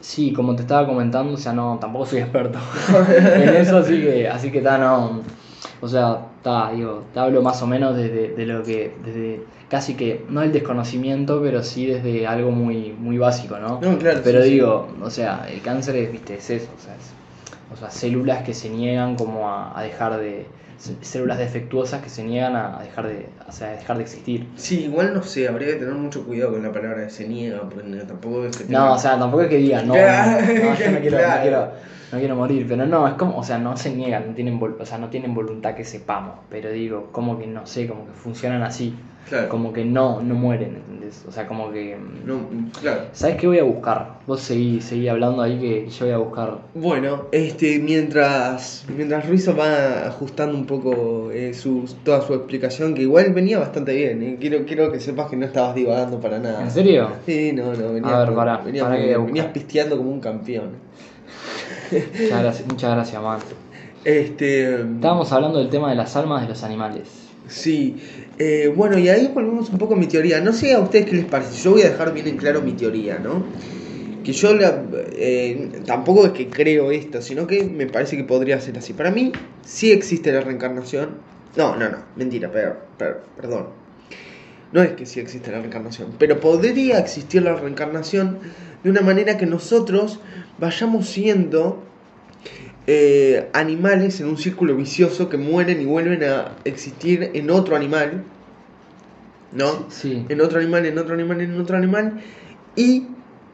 S2: Sí, como te estaba comentando, o sea, no, tampoco soy experto en eso, así que, así que está, no, o sea, está, digo, te hablo más o menos desde de lo que, desde casi que, no el desconocimiento, pero sí desde algo muy, muy básico, ¿no?
S1: No, claro,
S2: Pero
S1: sí, sí.
S2: digo, o sea, el cáncer es, viste, es eso, o sea, es, o sea, células que se niegan como a, a dejar de, células defectuosas que se niegan a dejar de, o sea, a dejar de existir.
S1: Sí, igual no sé, habría que tener mucho cuidado con la palabra de se niega, porque no- tampoco es que tenga...
S2: No, o sea, tampoco es que digan, no, no,
S1: Claro,
S2: no, yo no quiero,
S1: claro.
S2: no quiero, no quiero morir, pero no, es como, o sea, no se niegan, no tienen, vol- o sea, no tienen voluntad que sepamos, pero digo, como que no sé, como que funcionan así,
S1: Claro.
S2: como que no, no mueren, ¿entendés? O sea, como que,
S1: No, claro.
S2: ¿sabes qué voy a buscar? Vos seguí, seguí hablando ahí que yo voy a buscar.
S1: Bueno, este, mientras, mientras Ruizo va ajustando un poco eh, su, toda su explicación, que igual venía bastante bien, eh. quiero, quiero que sepas que no estabas divagando para nada.
S2: ¿En serio?
S1: Sí, no, no, venías,
S2: A ver,
S1: muy-
S2: pará,
S1: venías
S2: pará
S1: muy
S2: que voy a
S1: bien, venías
S2: buscar.
S1: pisteando como un campeón.
S2: Muchas gracias, muchas gracias, man.
S1: Este,
S2: Estábamos hablando del tema de las almas de los animales.
S1: sí, eh, bueno, y ahí volvemos un poco a mi teoría. No sé a ustedes qué les parece, yo voy a dejar bien en claro mi teoría, ¿no? Que yo la, eh, tampoco es que creo esto, sino que me parece que podría ser así. Para mí sí existe la reencarnación. No, no, no, mentira, pero, pero, perdón. No es que sí existe la reencarnación, pero podría existir la reencarnación de una manera que nosotros vayamos siendo eh, animales en un círculo vicioso que mueren y vuelven a existir en otro animal, ¿no?
S2: Sí.
S1: En otro animal, en otro animal, en otro animal. Y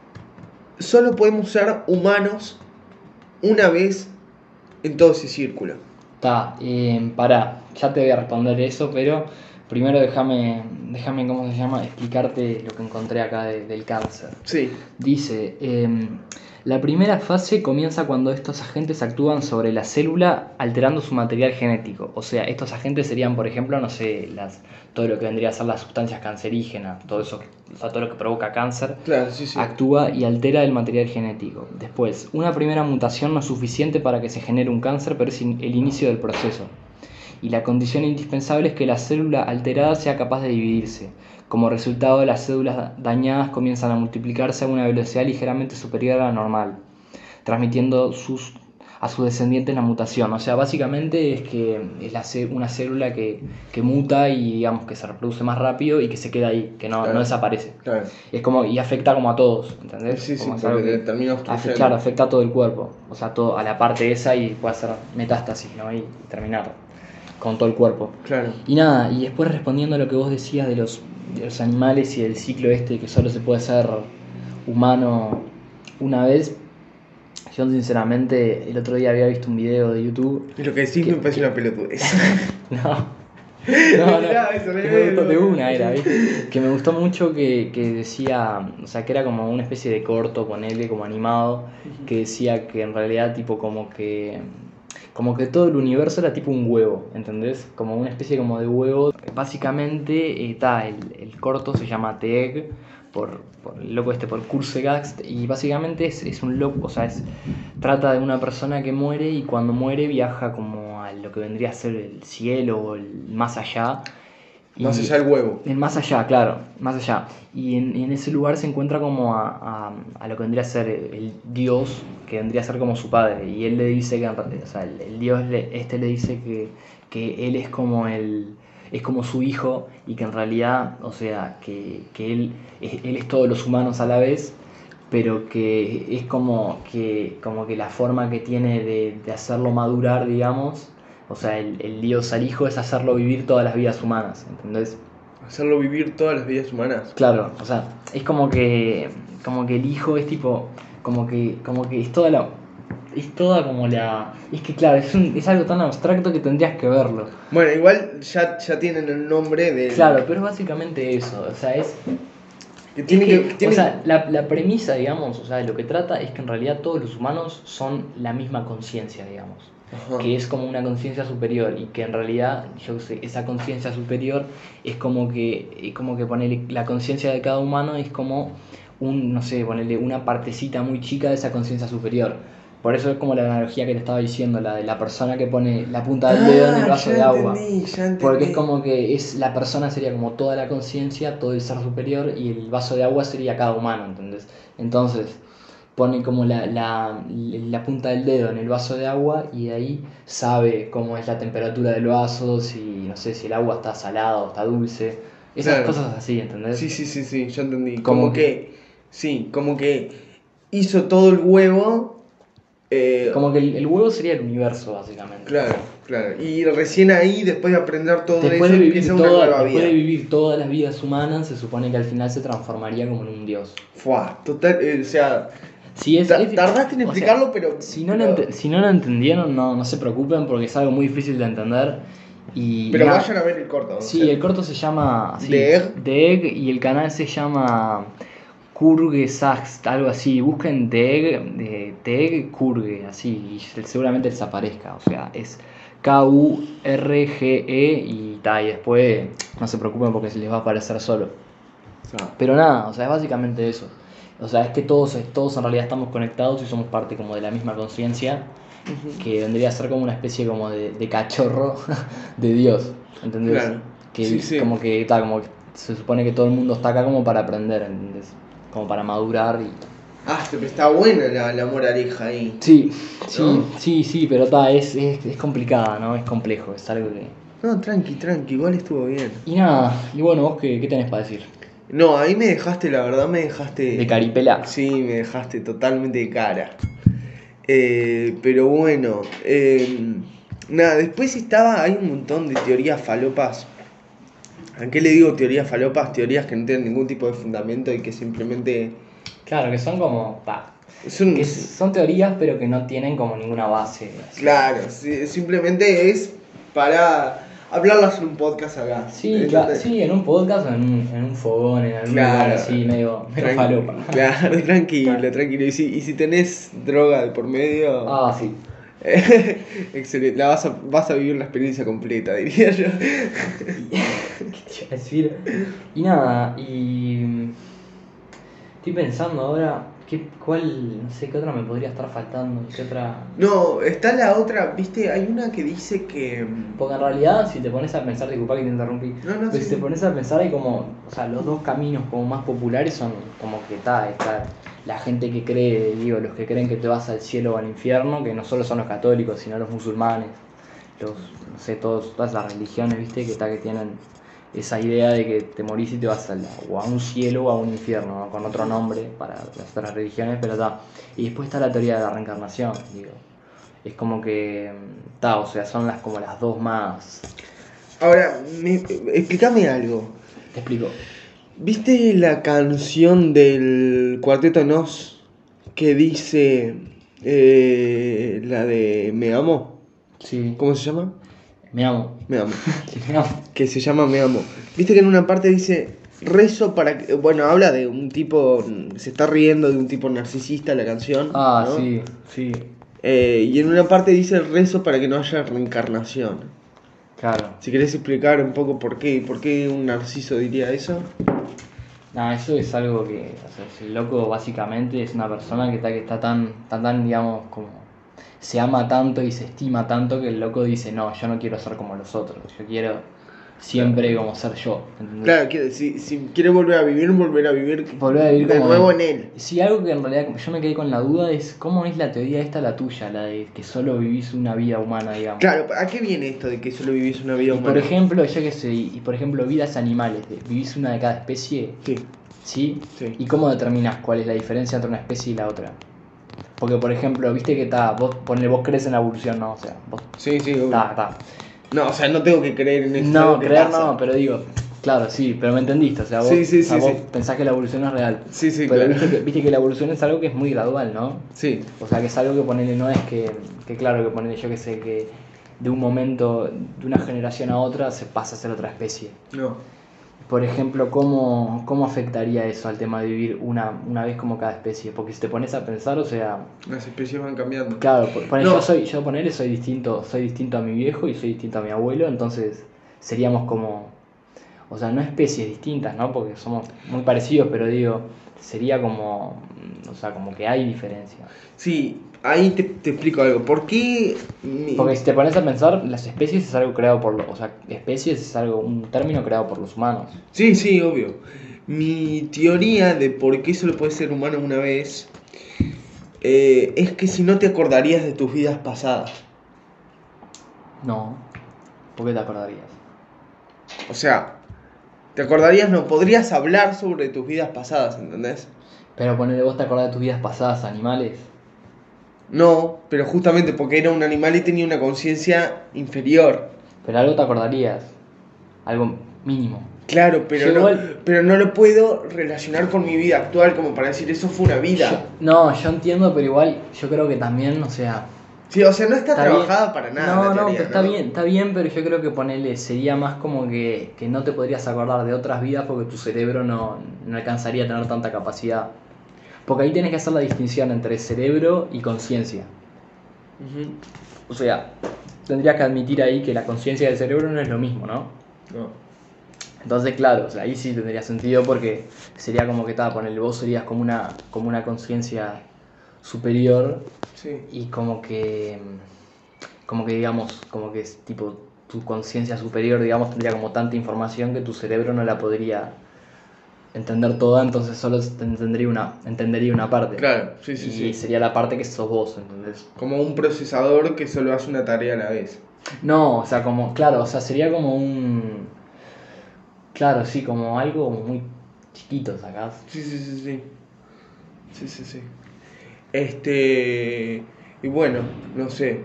S1: solo podemos ser humanos una vez en todo ese círculo.
S2: Está, eh, pará, ya te voy a responder eso, pero primero déjame, déjame, ¿cómo se llama? Explicarte lo que encontré acá de- del cáncer.
S1: Sí,
S2: Dice, eh, la primera fase comienza cuando estos agentes actúan sobre la célula alterando su material genético. O sea, estos agentes serían, por ejemplo, no sé, las, todo lo que vendría a ser las sustancias cancerígenas, todo eso, o sea, todo lo que provoca cáncer.
S1: claro, sí, sí.
S2: Actúa y altera el material genético. Después, una primera mutación no es suficiente para que se genere un cáncer, pero es in- el inicio del proceso. Y la condición indispensable es que la célula alterada sea capaz de dividirse. Como resultado, las células dañadas comienzan a multiplicarse a una velocidad ligeramente superior a la normal, transmitiendo sus, a sus descendientes la mutación. O sea, básicamente es que es la, cé- una célula que, que muta y digamos que se reproduce más rápido y que se queda ahí, que no,
S1: Claro.
S2: no desaparece.
S1: Claro.
S2: Es como, y afecta como a todos, ¿entendés?
S1: Sí, sí,
S2: Como es
S1: porque
S2: algo que
S1: termina
S2: afecta,
S1: obstruyendo.
S2: claro, afecta a todo el cuerpo, o sea, todo, a la parte esa y puede hacer metástasis, ¿no? Y, y terminar con todo el cuerpo.
S1: Claro.
S2: Y nada, y después respondiendo a lo que vos decías de los, de los animales y del ciclo este que solo se puede ser humano una vez, yo sinceramente el otro día había visto un video de YouTube.
S1: Y lo que decís
S2: que-
S1: me parece
S2: que-
S1: una pelotudez.
S2: No. No, no,
S1: Mirá, eso,
S2: que
S1: re
S2: me gustó, de
S1: bien.
S2: una era, ¿viste? Que me gustó mucho que, que decía, o sea, que era como una especie de corto, ponele, como animado, que decía que en realidad tipo como que, como que todo el universo era tipo un huevo, ¿entendés? Como una especie como de huevo. Básicamente, está, el, el corto se llama The Egg, por, por el loco este, por Kurzgesagt, y básicamente es, es un loco, o sea, es, trata de una persona que muere y cuando muere viaja como a lo que vendría a ser el cielo o el más allá. Y
S1: Más allá del huevo.
S2: el más allá, claro, más allá. Y en, y en ese lugar se encuentra como a, a, a lo que vendría a ser el, el Dios, que vendría a ser como su padre. Y él le dice que, en realidad- o sea, el, el Dios le, este le dice que, que él es como el es como su hijo y que en realidad, o sea, que, que él, es, él es todos los humanos a la vez, pero que es como que, como que la forma que tiene de, de hacerlo madurar, digamos, o sea, el, el Dios al hijo es hacerlo vivir todas las vidas humanas, ¿entendés?
S1: Hacerlo vivir todas las vidas humanas.
S2: Claro, o sea, es como que, como que el hijo es tipo, como que, como que es toda la, es toda como la, es que claro, es, un, es algo tan abstracto que tendrías que verlo.
S1: Bueno, igual ya, ya tienen el nombre de...
S2: Claro, pero es básicamente eso, o sea, es...
S1: Que tiene
S2: es que,
S1: que, tiene-
S2: O sea, la, la premisa, digamos, o sea, lo que trata es que en realidad todos los humanos son la misma conciencia, digamos.
S1: Ajá.
S2: Que es como una conciencia superior y que en realidad, yo sé, esa conciencia superior es como que, es como que ponerle la conciencia de cada humano es como un, no sé, ponerle una partecita muy chica de esa conciencia superior. Por eso es como la analogía que te estaba diciendo, la de la persona que pone la punta del dedo en el
S1: Ah,
S2: vaso
S1: ya
S2: de agua.
S1: entendí, ya entendí.
S2: Porque es como que es la persona sería como toda la conciencia, todo el ser superior y el vaso de agua sería cada humano, ¿entendés? Entonces, pone como la, la, la punta del dedo en el vaso de agua y de ahí sabe cómo es la temperatura del vaso, si no sé si el agua está salada o está dulce, esas
S1: Claro.
S2: cosas así, ¿entendés?
S1: Sí, sí, sí, sí, yo entendí.
S2: Como
S1: Como que, sí, como que hizo todo el huevo. eh,
S2: Como que el, el huevo sería el universo, básicamente.
S1: Claro, claro. Y recién ahí, después de aprender todo
S2: Después,
S1: eso,
S2: de vivir
S1: empieza una
S2: toda-
S1: nueva
S2: después
S1: vida.
S2: de vivir todas las vidas humanas, se supone que al final se transformaría como en un dios.
S1: Fua, total, eh, o sea,
S2: Sí, es,
S1: ta-
S2: es-
S1: tardaste en
S2: o sea,
S1: explicarlo, pero...
S2: Si no,
S1: pero,
S2: lo ente- si no lo entendieron, no, no se preocupen porque es algo muy difícil de entender. Y, y
S1: pero
S2: nada.
S1: vayan a ver el corto. o
S2: Sí,
S1: sea,
S2: el corto se llama así,
S1: The Egg.
S2: The Egg, y el canal se llama Kurge Saxt, algo así. Busquen The Egg, de The Egg Kurge, así, y seguramente les aparezca. O sea, es K U R G E y ta, y después no se preocupen porque se les va a aparecer solo.
S1: Ah,
S2: Pero nada, o sea, es básicamente eso. O sea, es que todos, todos en realidad estamos conectados y somos parte como de la misma conciencia,
S1: ujú.
S2: que vendría a ser como una especie como de, de cachorro de Dios, ¿entendés?
S1: Claro.
S2: Que
S1: Sí, sí.
S2: como que está, como que se supone que todo el mundo está acá como para aprender, ¿entendés? Como para madurar y.
S1: Ah, pero está buena la, la moraleja ahí.
S2: Sí, sí,
S1: ¿No?
S2: sí, sí, pero está, es, es, es complicada, ¿no? Es complejo, es algo que.
S1: No, tranqui, tranqui, igual estuvo bien.
S2: Y nada, y bueno, vos qué, qué tenés para decir?
S1: No, ahí me dejaste, la verdad me dejaste...
S2: De caripela.
S1: Sí, me dejaste totalmente de cara. Eh, pero bueno, eh, nada, después estaba, hay un montón de teorías falopas. ¿A qué le digo teorías falopas? Teorías que no tienen ningún tipo de fundamento y que simplemente
S2: Claro, que son como. Ta,
S1: son...
S2: que son teorías, pero que no tienen como ninguna base. Así.
S1: Claro, sí, simplemente es para hablarlas en un podcast acá.
S2: Sí,
S1: Eh,
S2: cla- sí, en un podcast o en un, en un fogón, en algún lugar
S1: Claro.
S2: así, medio, medio
S1: Tranqui-
S2: falopa.
S1: Claro, tranquilo, tranquilo. Y si, y si tenés droga de por medio,
S2: Ah, sí.
S1: excelente. La vas a, vas a vivir la experiencia completa, diría yo.
S2: ¿Qué te iba a decir? Y nada, y. mm, Estoy pensando ahora, ¿qué, cuál, no sé, qué otra me podría estar faltando? ¿Qué otra?
S1: No, está la otra, viste, hay una que dice que...
S2: Porque en realidad, si te pones a pensar, disculpa que te interrumpí,
S1: No, no,
S2: pero
S1: sí,
S2: si te
S1: sí.
S2: pones a pensar, hay como, o sea, los dos caminos como más populares son como que está, está la gente que cree, digo, los que creen que te vas al cielo o al infierno, que no solo son los católicos, sino los musulmanes, los, no sé, todos, todas las religiones, viste, que está, que tienen esa idea de que te morís y te vas a, la- o a un cielo o a un infierno, ¿no? Con otro nombre para las otras religiones, pero está. Y después está la teoría de la reencarnación, digo. Es como que, está, o sea, son las como las dos más.
S1: Ahora, me, explícame algo.
S2: Te explico.
S1: ¿Viste la canción del Cuarteto Nos que dice eh, la de Me Amo?
S2: Sí.
S1: ¿Cómo se llama?
S2: Me amo.
S1: Me Amo.
S2: Me amo.
S1: Que se llama Me Amo. Viste que en una parte dice rezo para que... Bueno, habla de un tipo... Se está riendo de un tipo narcisista la canción.
S2: Ah,
S1: ¿no?
S2: sí, sí.
S1: Eh, y en una parte dice rezo para que no haya reencarnación.
S2: Claro.
S1: Si querés explicar un poco por qué, por qué un narciso diría eso.
S2: No, eso es algo que, o sea, el loco básicamente es una persona que está, que está tan, tan, tan, digamos, como se ama tanto y se estima tanto que el loco dice, no, yo no quiero ser como los otros, yo quiero siempre como ser yo, ¿entendés?
S1: Claro, que si, si quiere volver a vivir, volver a vivir,
S2: Volver a vivir
S1: de
S2: como
S1: nuevo
S2: él.
S1: en él.
S2: Sí, algo que en realidad yo me quedé con la duda es cómo es la teoría esta la tuya, la de que solo vivís una vida humana, digamos.
S1: Claro, ¿a qué viene esto de que solo vivís una vida
S2: Y
S1: humana?
S2: por ejemplo, yo qué sé, y por ejemplo, vidas animales, de- vivís una de cada especie,
S1: Sí,
S2: ¿sí?
S1: sí.
S2: ¿Y cómo determinás cuál es la diferencia entre una especie y la otra? Porque, por ejemplo, viste que está, vos, ponele, vos crees en la evolución, ¿no? O sea, vos,
S1: Sí, sí, obvio.
S2: está, está.
S1: No, o sea, no tengo que creer en esto.
S2: No,
S1: que
S2: creer
S1: pasa.
S2: no, pero digo, claro, sí, pero me entendiste, o sea, vos,
S1: Sí, sí,
S2: o sea,
S1: sí,
S2: vos
S1: sí.
S2: pensás que la evolución es real.
S1: Sí, sí,
S2: pero
S1: claro.
S2: viste, que, viste que la evolución es algo que es muy gradual, ¿no?
S1: Sí,
S2: O sea, que es algo que ponele, no es que, que claro, que ponele, yo que sé, que de un momento, de una generación a otra, se pasa a ser otra especie.
S1: no.
S2: Por ejemplo, ¿cómo, cómo afectaría eso al tema de vivir una, una vez como cada especie? Porque si te pones a pensar, o sea,
S1: Las especies van cambiando.
S2: claro, por- ponele,
S1: No.
S2: yo soy, yo ponele, soy distinto, soy distinto a mi viejo y soy distinto a mi abuelo, entonces seríamos como, o sea, no especies distintas, ¿no? Porque somos muy parecidos, pero digo, sería como, o sea, como que hay diferencia.
S1: Sí, ahí te, te explico algo. ¿Por qué? mi-
S2: Porque si te pones a pensar, las especies es algo creado por los, o sea, especies es algo, un término creado por los humanos.
S1: Sí, sí, obvio. Mi teoría de por qué solo puede ser humano una vez eh, es que si no te acordarías de tus vidas pasadas.
S2: No. ¿Por qué te acordarías?
S1: O sea, te acordarías, no, podrías hablar sobre tus vidas pasadas, ¿entendés?
S2: Pero ponele, vos te acordás de tus vidas pasadas, animales.
S1: No, pero justamente porque era un animal y tenía una conciencia inferior.
S2: Pero algo te acordarías. Algo mínimo.
S1: Claro, pero
S2: Yo
S1: no,
S2: igual-
S1: pero no lo puedo relacionar con mi vida actual como para decir eso fue una vida.
S2: Yo- no, yo entiendo, pero igual yo creo que también, o sea...
S1: Sí, o sea, no está,
S2: Está
S1: trabajada
S2: bien.
S1: para nada
S2: No,
S1: la
S2: no,
S1: teoría,
S2: pero está
S1: ¿no?
S2: bien, está bien, pero yo creo que ponerle sería más como que, que no te podrías acordar de otras vidas porque tu cerebro no, no alcanzaría a tener tanta capacidad. Porque ahí tienes que hacer la distinción entre cerebro y conciencia.
S1: Ujú.
S2: O sea, tendrías que admitir ahí que la conciencia del cerebro no es lo mismo, ¿no?
S1: No.
S2: Entonces, claro, o sea, ahí sí tendría sentido porque sería como que tal, ponerle vos serías como una, como una conciencia superior.
S1: Sí.
S2: Y como que, como que digamos, como que es tipo tu conciencia superior, digamos, tendría como tanta información que tu cerebro no la podría entender toda, entonces solo te entendería una, entendería una parte.
S1: Claro, sí, sí,
S2: y
S1: sí.
S2: sería la parte que sos vos, ¿entendés?
S1: Como un procesador que solo hace una tarea a la vez.
S2: No, o sea, como, claro, o sea, sería como un, claro, sí, como algo muy chiquito, ¿sacás?
S1: Sí, sí, sí, sí. Sí, sí, sí. Este... Y bueno, no sé.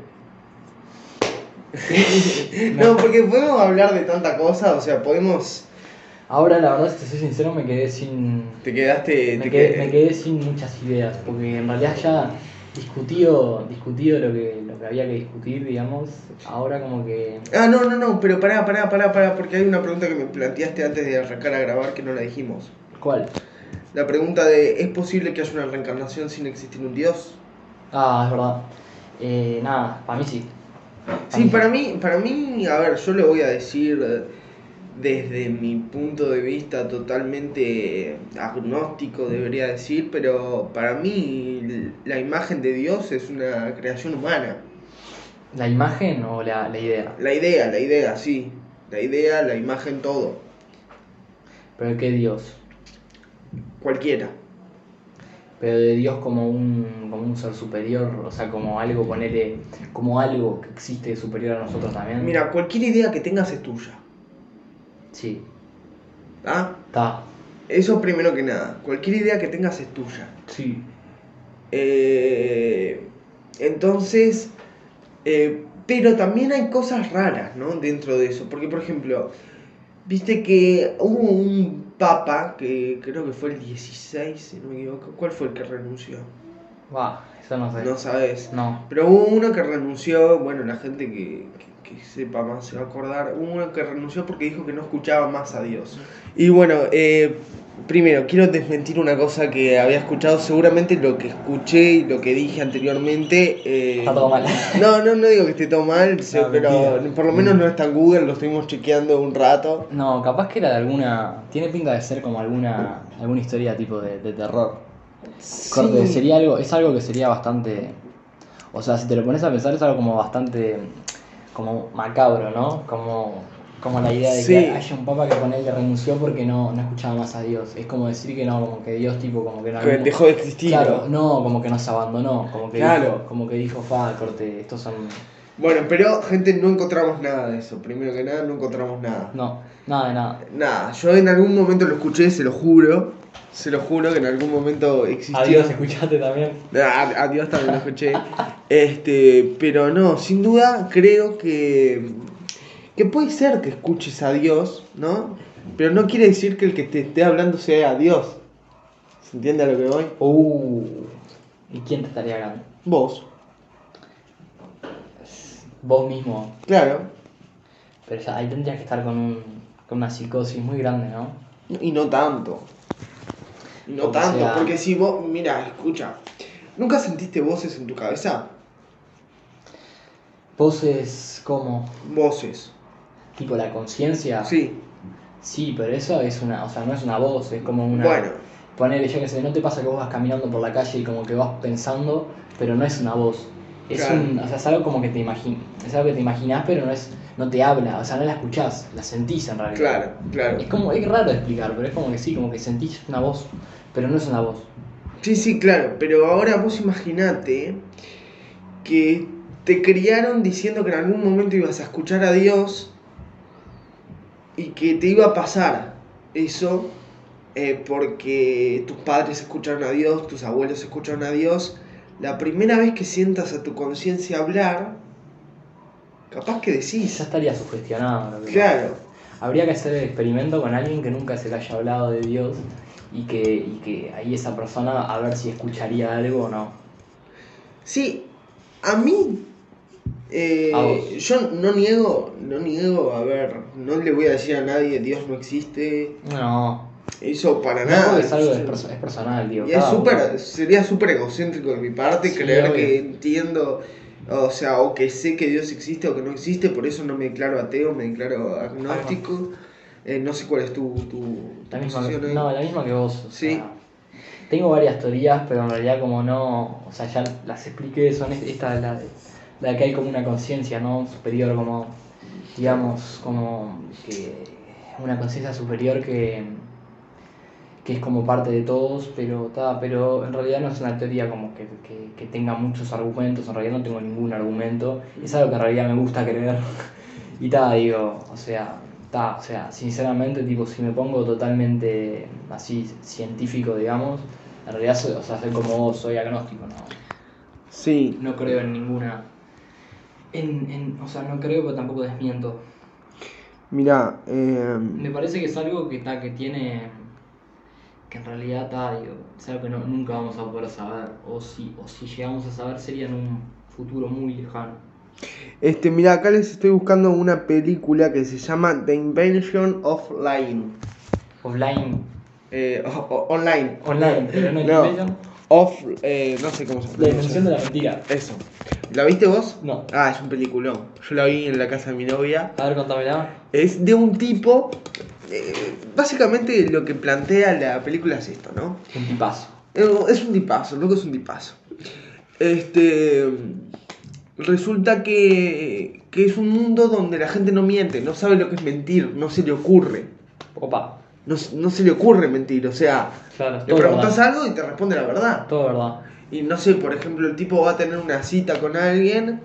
S1: No, porque podemos hablar de tanta cosa, o sea, podemos...
S2: Ahora, la verdad, si te soy sincero, me quedé sin,
S1: Te quedaste...
S2: Me
S1: te
S2: quedé,
S1: qued-
S2: me quedé sin muchas ideas, porque en realidad ya discutido, discutido lo que, lo que había que discutir, digamos, ahora como que...
S1: Ah, no, no, no, pero pará, pará, pará, pará, porque hay una pregunta que me planteaste antes de arrancar a grabar que no la dijimos.
S2: ¿Cuál?
S1: La pregunta de, ¿es posible que haya una reencarnación sin existir un dios?
S2: Ah, es verdad. Eh, nada, para mí sí.
S1: Sí, para mí, para mí, a ver, yo le voy a decir eh, desde mi punto de vista totalmente agnóstico, debería decir, pero para mí l- la imagen de Dios es una creación humana.
S2: ¿La imagen o la, la idea?
S1: La idea, la idea, sí. La idea, la imagen, todo.
S2: ¿Pero qué Dios?
S1: Cualquiera.
S2: Pero de Dios como un, como un ser superior, o sea, como algo, ponele, como algo que existe superior a nosotros también.
S1: Mira, cualquier idea que tengas es tuya.
S2: Sí,
S1: ¿Ah?
S2: está.
S1: Eso primero que nada. Cualquier idea que tengas es tuya.
S2: Sí.
S1: Eh, entonces, eh, pero también hay cosas raras, ¿no? Dentro de eso. Porque, por ejemplo, viste que hubo un papa, que creo que fue el dieciséis, si no me equivoco. ¿Cuál fue el que renunció?
S2: Va, eso no sé.
S1: No sabes.
S2: No.
S1: Pero hubo uno que renunció, bueno, la gente que, que, que sepa más se va a acordar. Hubo uno que renunció porque dijo que no escuchaba más a Dios. Y bueno, eh, primero, quiero desmentir una cosa que había escuchado. Seguramente lo que escuché y lo que dije anteriormente... eh,
S2: Está todo mal.
S1: No, no, no digo que esté todo mal, se-
S2: No,
S1: pero
S2: mentira.
S1: por lo menos no está en Google, lo estuvimos chequeando un rato.
S2: No, capaz que era de alguna. Tiene pinta de ser como alguna. alguna historia tipo de, de terror. Corte,
S1: Sí.
S2: sería algo. Es algo que sería bastante. O sea, si te lo pones a pensar, es algo como bastante. como macabro, ¿no? Como. como la idea de
S1: Sí.
S2: que haya un papa que con él renunció porque no, no escuchaba más a Dios. Es como decir que no, como que Dios tipo como que no.
S1: Que dejó de existir.
S2: Claro, no, como que nos abandonó, como que
S1: Claro.
S2: dijo, como que dijo, fa, corte, estos son.
S1: Bueno, pero gente, no encontramos nada de eso. Primero que nada, no encontramos nada.
S2: No, nada de nada.
S1: Nada, yo en algún momento lo escuché, se lo juro. Se lo juro que en algún momento existió.
S2: Adiós, escuchaste también.
S1: Ah, a Dios también lo escuché. Este, pero no, sin duda creo que, que puede ser que escuches a Dios, ¿no? Pero no quiere decir que el que te esté hablando sea a Dios. ¿Se entiende a lo que voy?
S2: Uh, ¿y quién te estaría hablando?
S1: Vos,
S2: Vos mismo.
S1: claro.
S2: Pero ya ahí tendrías que estar con, un, con una psicosis muy grande, ¿no?
S1: Y no tanto. Y no
S2: O
S1: tanto,
S2: sea-
S1: porque si vos, mira, escucha. ¿Nunca sentiste voces en tu cabeza?
S2: Voces como,
S1: Voces.
S2: tipo la conciencia.
S1: Sí.
S2: Sí, pero eso es una, o sea, no es una voz, es como una...
S1: Bueno,
S2: Ponele, yo que sé, no te pasa que vos vas caminando por la calle y como que vas pensando, pero no es una voz. Es
S1: Claro.
S2: un, o sea, es algo como que te imaginas, es algo que te imaginás, pero no es, no te habla, o sea, no la escuchás, la sentís en realidad.
S1: claro, claro.
S2: Es como, es raro de explicar, pero es como que sí, como que sentís una voz, pero no es una voz.
S1: Sí, sí, claro, pero ahora vos imaginate que te criaron diciendo que en algún momento ibas a escuchar a Dios y que te iba a pasar eso eh, porque tus padres escucharon a Dios, tus abuelos escucharon a Dios. La primera vez que sientas a tu conciencia hablar, capaz que decís.
S2: Ya estaría sugestionado. ¿No?
S1: Claro.
S2: Habría que hacer el experimento con alguien que nunca se le haya hablado de Dios y que, y que ahí esa persona a ver si escucharía algo o no.
S1: Sí, a mí, eh,
S2: ¿A vos?
S1: yo no niego, no niego, a ver, no le voy a decir a nadie Dios no existe.
S2: No.
S1: Eso para
S2: No,
S1: nada.
S2: es algo es, perso- es personal, digo.
S1: Y es super, sería súper egocéntrico de mi parte
S2: Sí,
S1: creer
S2: obvio.
S1: que entiendo, o sea, o que sé que Dios existe o que no existe, por eso no me declaro ateo, me declaro agnóstico. Eh, no sé cuál es tu, tu, tu
S2: La misma que,
S1: posición ahí.
S2: no, la misma que vos. O
S1: Sí.
S2: sea, tengo varias teorías, pero en realidad como no, o sea, ya las expliqué, son est- esta la de, la de que hay como una conciencia, ¿no? Superior, como, digamos, como que una conciencia superior que, que es como parte de todos, pero ta, pero en realidad no es una teoría como que, que, que tenga muchos argumentos, en realidad no tengo ningún argumento, es algo que en realidad me gusta creer, y ta, digo, o sea, ta, o sea, sinceramente, tipo, si me pongo totalmente así científico, digamos, en realidad soy, o sea, soy como vos, soy agnóstico, ¿no?
S1: Sí.
S2: No creo en ninguna, en, en, o sea, no creo, pero tampoco desmiento.
S1: Mira, eh,
S2: Me parece que es algo que, ta, que tiene, que en realidad ta, digo, es algo que no, nunca vamos a poder saber, o si, o si llegamos a saber sería en un futuro muy lejano.
S1: este, mira, acá les estoy buscando una película que se llama The Invention of Lying.
S2: Offline,
S1: Eh, o- o- online.
S2: online, pero no
S1: No,
S2: invention.
S1: Off, eh, no sé cómo se
S2: La
S1: pronuncia.
S2: invención de la mentira.
S1: Eso. ¿La viste vos?
S2: No.
S1: Ah, es un peliculón. Yo la vi en la casa de mi novia.
S2: A ver, contámela.
S1: Es de un tipo. eh, básicamente lo que plantea la película es esto, ¿no?
S2: Un tipazo.
S1: Eh, Es un tipazo, loco, es un tipazo. Este. Resulta que, que es un mundo donde la gente no miente, no sabe lo que es mentir, no se le ocurre.
S2: Opa.
S1: No, no se le ocurre mentir, o sea,
S2: Claro,
S1: le
S2: todo
S1: preguntas
S2: verdad.
S1: algo y te responde la verdad.
S2: Todo verdad.
S1: Y no sé, por ejemplo, el tipo va a tener una cita con alguien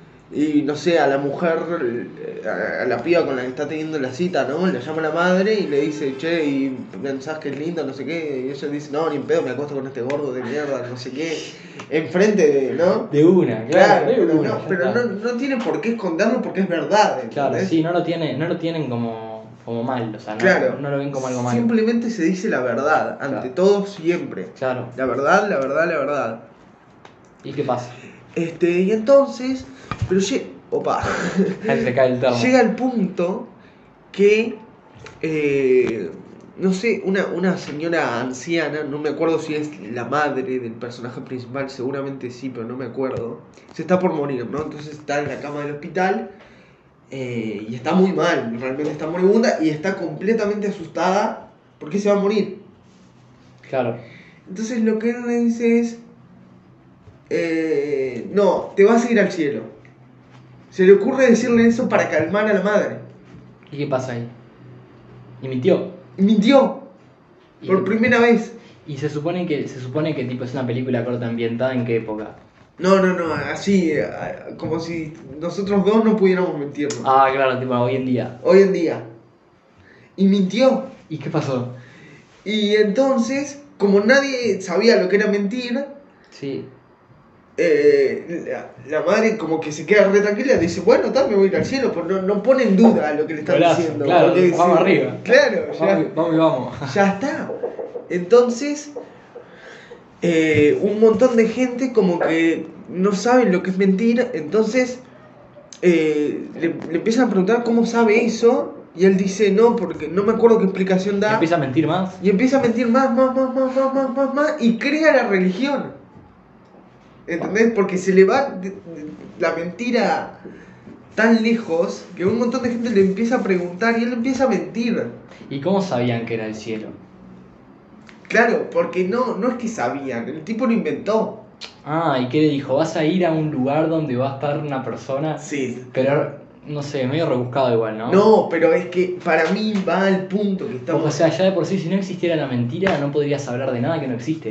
S1: y no sé, a la mujer, eh, a la piba con la que está teniendo la cita, ¿no? Le llama a la madre y le dice, che, y pensás que es lindo, no sé qué. Y ella dice, no, ni en pedo, me acuesto con este gordo de mierda, no sé qué. Enfrente de, ¿no?
S2: De una, claro,
S1: Claro,
S2: de
S1: pero,
S2: una.
S1: no,
S2: ya
S1: pero
S2: está.
S1: no, no tiene por qué esconderlo porque es verdad,
S2: Claro,
S1: ¿entendés?
S2: sí, no lo, tiene, no lo tienen como, como mal, o sea, no,
S1: Claro.
S2: no lo ven como algo malo.
S1: Simplemente se dice la verdad, ante
S2: Claro.
S1: todo siempre.
S2: Claro.
S1: La verdad, la verdad, la verdad.
S2: ¿Y qué pasa?
S1: Este, y entonces, pero lle- opa,
S2: Ahí se cae el termo.
S1: llega el punto que, eh, no sé, una, una señora anciana, no me acuerdo si es la madre del personaje principal, seguramente sí, pero no me acuerdo, se está por morir, ¿no? Entonces está en la cama del hospital eh, y está muy mal, realmente está moribunda y está completamente asustada porque se va a morir.
S2: Claro.
S1: Entonces lo que él le dice es, eh, no, te vas a ir al cielo. Se le ocurre decirle eso para calmar a la madre.
S2: ¿Y qué pasa ahí? Y mintió.
S1: Y mintió,
S2: ¿Y
S1: por
S2: qué-
S1: primera vez.
S2: Y se supone que se supone que tipo es una película corta ambientada en qué época.
S1: No, no, no, así, eh, como si nosotros dos no pudiéramos mentirnos.
S2: Ah, claro, tipo hoy en día.
S1: Hoy en día. Y mintió.
S2: ¿Y qué pasó?
S1: Y entonces, como nadie sabía lo que era mentir,
S2: Sí.
S1: eh, la, la madre como que se queda re tranquila y dice, bueno, tal, me voy a ir al cielo, pero no, no pone en duda lo que le están
S2: Golazo,
S1: diciendo.
S2: claro,
S1: porque
S2: vamos
S1: sí,
S2: arriba.
S1: Claro, ya,
S2: Vamos, vamos y vamos.
S1: ya está. Entonces, eh, un montón de gente como que no sabe lo que es mentir, entonces eh, le, le empiezan a preguntar cómo sabe eso, y él dice, no, porque no me acuerdo qué explicación da.
S2: Empieza a mentir más.
S1: Y empieza a mentir más, más, más, más, más, más, más, más, y crea la religión. ¿Entendés? Porque se le va de- de- la mentira tan lejos que un montón de gente le empieza a preguntar y él empieza a mentir.
S2: ¿Y cómo sabían que era el cielo?
S1: Claro, porque no, no es que sabían, el tipo lo inventó.
S2: Ah, ¿y qué le dijo? ¿Vas a ir a un lugar donde va a estar una persona?
S1: Sí.
S2: Pero, no sé, medio rebuscado igual, ¿no?
S1: No, pero es que para mí va al punto que estamos...
S2: O sea, ya de por sí, si no existiera la mentira, no podrías hablar de nada que no existe.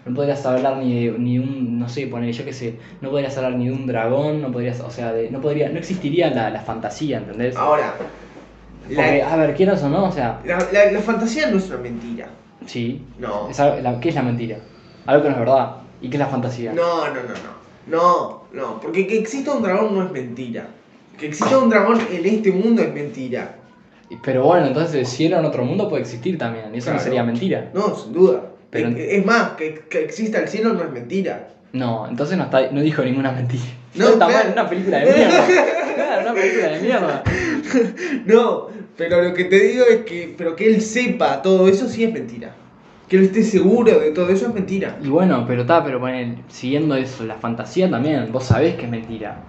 S2: no podrías hablar ni de, ni de un, no sé, poner, yo qué sé, no podrías hablar ni de un dragón, no podrías, o sea, de, no podría, no existiría la, la fantasía, ¿entendés?
S1: Ahora,
S2: Porque,
S1: la,
S2: a ver, quieras o no, o sea,
S1: la, la, la fantasía no es una mentira.
S2: sí.
S1: No.
S2: Es algo- la- ¿qué es la mentira? Algo que no es verdad. ¿Y qué es la fantasía?
S1: No, no, no, no. No, no, porque que exista un dragón no es mentira. Que exista un dragón en este mundo es mentira.
S2: Pero bueno, entonces el cielo en otro mundo puede existir también, y eso
S1: Claro.
S2: no sería mentira.
S1: No, sin duda.
S2: Pero-
S1: es, es más, que, que exista el cielo no es mentira.
S2: No, entonces no, está, no dijo ninguna mentira.
S1: No,
S2: está
S1: claro.
S2: mal, una película de mierda. Claro, una película de mierda.
S1: No, pero lo que te digo es que, pero que él sepa todo eso sí es mentira. Que él esté seguro de todo eso es mentira.
S2: Y bueno, pero está, pero poner, siguiendo eso, la fantasía también, vos sabés que es mentira.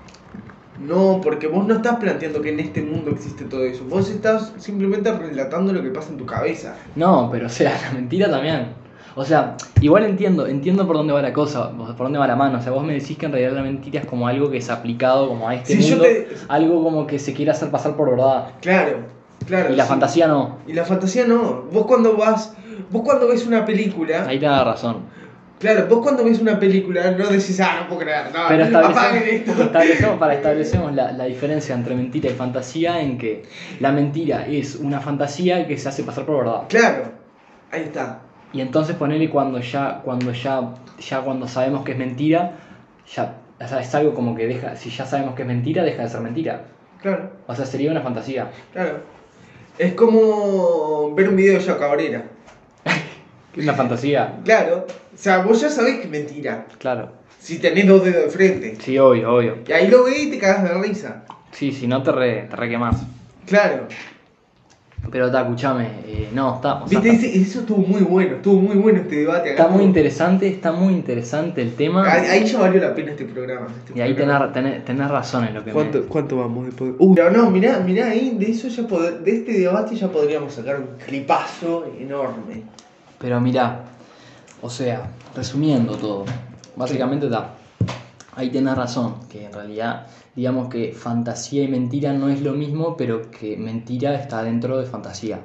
S1: No, porque vos no estás planteando que en este mundo existe todo eso. Vos estás simplemente relatando lo que pasa en tu cabeza.
S2: No, pero o sea, la mentira también. O sea, igual entiendo, entiendo por dónde va la cosa, por dónde va la mano. O sea, vos me decís que en realidad la mentira es como algo que es aplicado como a este
S1: Si yo
S2: mundo,
S1: te-
S2: algo como que se quiere hacer pasar por verdad.
S1: Claro, claro.
S2: Y la
S1: sí.
S2: fantasía no.
S1: Y la fantasía no. Vos cuando vas, vos cuando ves una película,
S2: Ahí te da razón.
S1: claro, vos cuando ves una película no decís, ah, no puedo creer, no,
S2: Pero
S1: apaguen
S2: establecemos,
S1: esto.
S2: establecemos, para establecemos la, la diferencia entre mentira y fantasía en que la mentira es una fantasía que se hace pasar por verdad.
S1: Claro, ahí está.
S2: Y entonces ponele cuando ya, cuando ya, ya cuando sabemos que es mentira, ya, o sea, es algo como que deja, si ya sabemos que es mentira, deja de ser mentira.
S1: Claro,
S2: O sea, sería una fantasía.
S1: claro. Es como ver un video de Joao Cabrera.
S2: Una fantasía,
S1: Claro, o sea, vos ya sabés que es mentira.
S2: claro.
S1: Si tenés dos dedos de frente.
S2: Sí, obvio, obvio.
S1: Y ahí lo ves y te cagas de risa.
S2: Sí, si no te re, te re quemás.
S1: Claro.
S2: Pero está, escuchame, eh, no, está, o sea,
S1: Viste,
S2: está,
S1: ese- eso estuvo muy bueno, estuvo muy bueno este debate. acá
S2: está muy
S1: estuvo-
S2: interesante, está muy interesante el tema.
S1: Ahí, ahí ya valió la pena este programa. este
S2: Y ahí
S1: programa.
S2: tenés, tenés, tenés razón en lo que
S1: ¿Cuánto,
S2: me...
S1: ¿Cuánto vamos después? Uh, pero no, mirá, mirá ahí, de eso ya pod- de este debate ya podríamos sacar un clipazo enorme.
S2: Pero mirá, o sea, resumiendo todo, básicamente está. Ahí tenés razón, que en realidad, digamos que fantasía y mentira no es lo mismo, pero que mentira está dentro de fantasía.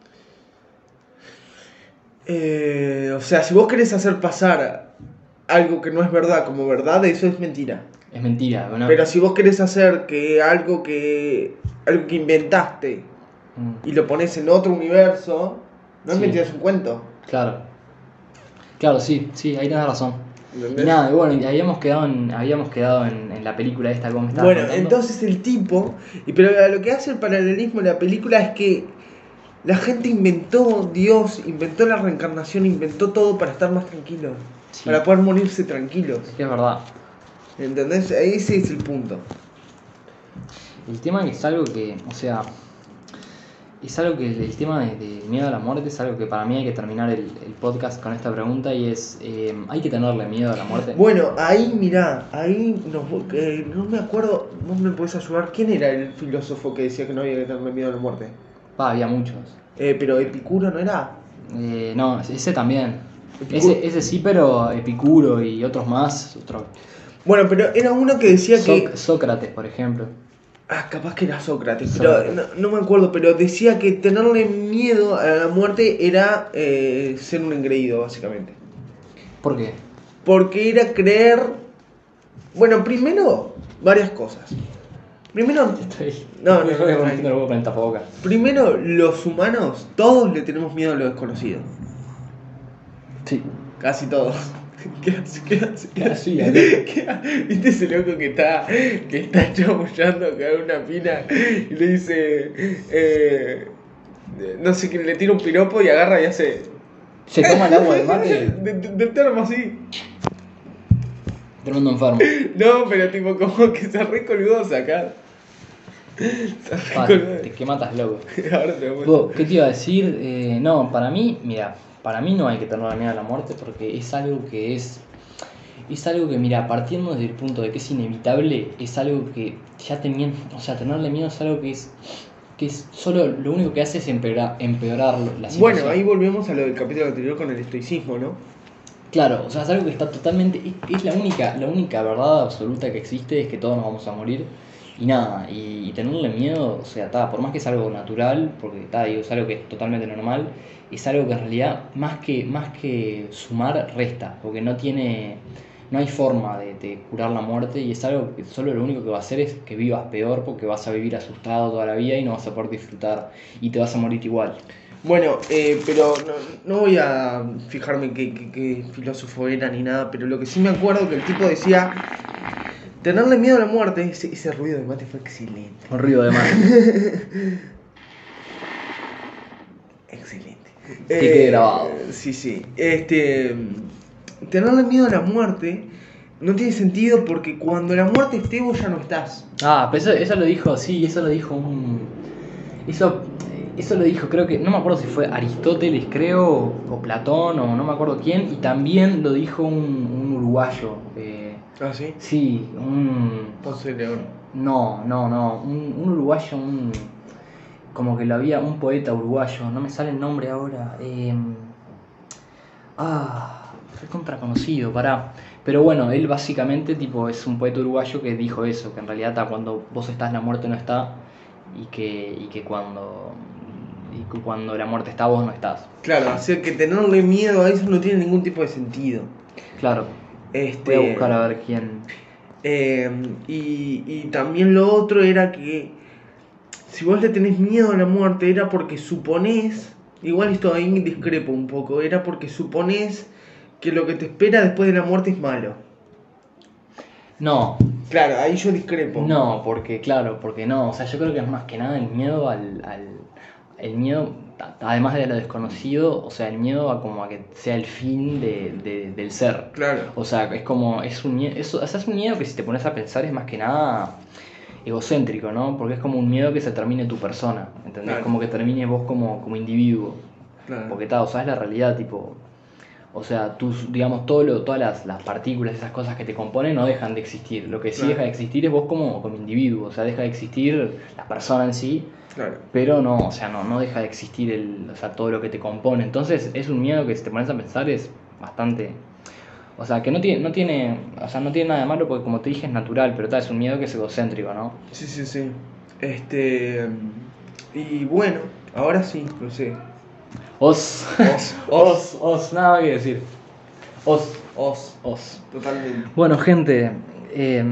S1: Eh, o sea, si vos querés hacer pasar algo que no es verdad como verdad, eso es mentira.
S2: Es mentira, ¿no?
S1: Pero si vos querés hacer que algo que algo que inventaste
S2: Mm,
S1: y lo pones en otro universo, no es
S2: Sí.
S1: mentira, es un cuento.
S2: claro. Claro, sí, sí, ahí tenés razón. Y
S1: ¿Entendés?
S2: nada, y bueno, y habíamos quedado en, habíamos quedado en, en la película esta, como me estabas
S1: Bueno,
S2: contando.
S1: entonces el tipo, y pero lo que hace el paralelismo de la película es que la gente inventó Dios, inventó la reencarnación, inventó todo para estar más tranquilos,
S2: Sí.
S1: para poder morirse tranquilos.
S2: Es que es verdad.
S1: ¿Entendés? Ese es el punto.
S2: El tema es algo que, o sea, es algo que el tema de, de miedo a la muerte es algo que para mí hay que terminar el, el podcast con esta pregunta y es, eh, ¿hay que tenerle miedo a la muerte?
S1: Bueno, ahí mirá, ahí nos, eh, no me acuerdo, vos me podés ayudar, ¿quién era el filósofo que decía que no había que tenerle miedo a la muerte?
S2: Pa, había muchos.
S1: Eh, pero Epicuro no era.
S2: Eh, no, ese también.
S1: Epicuro.
S2: Ese, ese sí, pero Epicuro y otros más. Otro,
S1: Bueno, pero era uno que decía que...
S2: Soc- Sócrates, por ejemplo.
S1: Ah, capaz que era Sócrates, pero
S2: Sócrates.
S1: no, no me acuerdo, pero decía que tenerle miedo a la muerte era eh, ser un engreído, básicamente.
S2: ¿Por qué?
S1: Porque era creer... Bueno, primero, varias cosas. Primero,
S2: Estoy,
S1: No, no,
S2: estoy
S1: no,
S2: rompiendo
S1: no.
S2: el huevo con el tapabocas.
S1: primero, los humanos, todos le tenemos miedo a lo desconocido.
S2: Sí.
S1: Casi todos. ¿Qué hace? ¿Qué hace? ¿Qué
S2: Casi,
S1: hace? ¿Qué hace? ¿Viste ese loco que está, que está chamullando acá en una pina y le dice, eh, no sé, que le tira un piropo y agarra y hace...
S2: Se toma el agua del mate.
S1: De, de, de termo así.
S2: Tremendo enfermo.
S1: No, pero tipo como que se re colgó a sacar. Se re
S2: Pa,
S1: colgó.
S2: te, que matas loco.
S1: Ahora te voy a
S2: Vos, ¿qué te iba a decir? Eh, no, para mí, mira, para mí no hay que tener miedo a la muerte porque es algo que es. Es algo que, mira, partiendo desde el punto de que es inevitable, es algo que ya teniendo. O sea, tenerle miedo es algo que es. Que es solo. Lo único que hace es empeorar, empeorar la situación.
S1: Bueno, ahí volvemos a lo del capítulo anterior con el estoicismo, ¿no?
S2: Claro, o sea, es algo que está totalmente. Es, es la única la única verdad absoluta que existe, es que todos nos vamos a morir. y nada, y, y tenerle miedo, o sea, ta, por más que es algo natural, porque ta, digo, es algo que es totalmente normal, es algo que en realidad más que, más que sumar, resta, porque no tiene, no hay forma de, de curar la muerte y es algo que solo lo único que va a hacer es que vivas peor porque vas a vivir asustado toda la vida y no vas a poder disfrutar y te vas a morir igual.
S1: Bueno, eh, pero no, no voy a fijarme qué, qué, qué filósofo era ni nada, pero lo que sí me acuerdo que el tipo decía, tenerle miedo a la muerte, ese, ese ruido de mate fue excelente.
S2: Un ruido de mar.
S1: Excelente.
S2: Que quede grabado.
S1: Sí, sí. Este, tenerle miedo a la muerte no tiene sentido porque cuando la muerte esté vos ya no estás.
S2: Ah, pero eso, eso lo dijo, sí, eso lo dijo un... Eso, eso lo dijo, creo que, no me acuerdo si fue Aristóteles, creo, o Platón, o no me acuerdo quién, y también lo dijo un, un uruguayo. Eh,
S1: ¿Ah, sí?
S2: sí, un...
S1: Ponce de León.
S2: No, no, no, un, un uruguayo, un... Como que lo había, un poeta uruguayo, no me sale el nombre ahora. Eh, ah, fue contra conocido, pará. Pero bueno, él básicamente tipo es un poeta uruguayo que dijo eso, que en realidad ta, cuando vos estás la muerte no está y que, y que cuando, y que cuando la muerte está vos no estás.
S1: Claro, así que tenerle miedo a eso no tiene ningún tipo de sentido.
S2: Claro,
S1: Este,
S2: voy a buscar a ver quién...
S1: eh, y, y también lo otro era que si vos le tenés miedo a la muerte era porque suponés, igual esto ahí discrepo un poco, era porque suponés que lo que te espera después de la muerte es malo.
S2: No,
S1: Claro, ahí yo discrepo.
S2: no, porque claro, porque no, o sea, yo creo que es más que nada el miedo al, al el miedo, ta- además de lo desconocido, o sea, el miedo a como a que sea el fin de, de- del ser.
S1: Claro.
S2: O sea, es como, es un miedo, eso, o sea, es un miedo que si te pones a pensar es más que nada egocéntrico, ¿no? Porque es como un miedo que se termine tu persona, ¿entendés?
S1: Claro.
S2: Como que termine vos como, como individuo.
S1: Claro.
S2: Porque tal, o sea, es la realidad, tipo, o sea, tus, digamos, todo lo, todas las, las partículas, esas cosas que te componen no dejan de existir. Lo que sí
S1: Claro.
S2: deja de existir es vos como, como individuo, o sea, deja de existir la persona en sí,
S1: Claro.
S2: pero no, o sea, no, no deja de existir el, o sea, todo lo que te compone. Entonces es un miedo que si te pones a pensar es bastante... O sea, que no tiene, no tiene, o sea, no tiene nada de malo porque como te dije es natural, pero tal, es un miedo que es egocéntrico, ¿no?
S1: Sí, sí, sí. Este. Y bueno, ahora sí, no sé.
S2: Os,
S1: Os,
S2: os, os, nada que decir. Os,
S1: Os,
S2: os.
S1: totalmente.
S2: Bueno, gente, eh,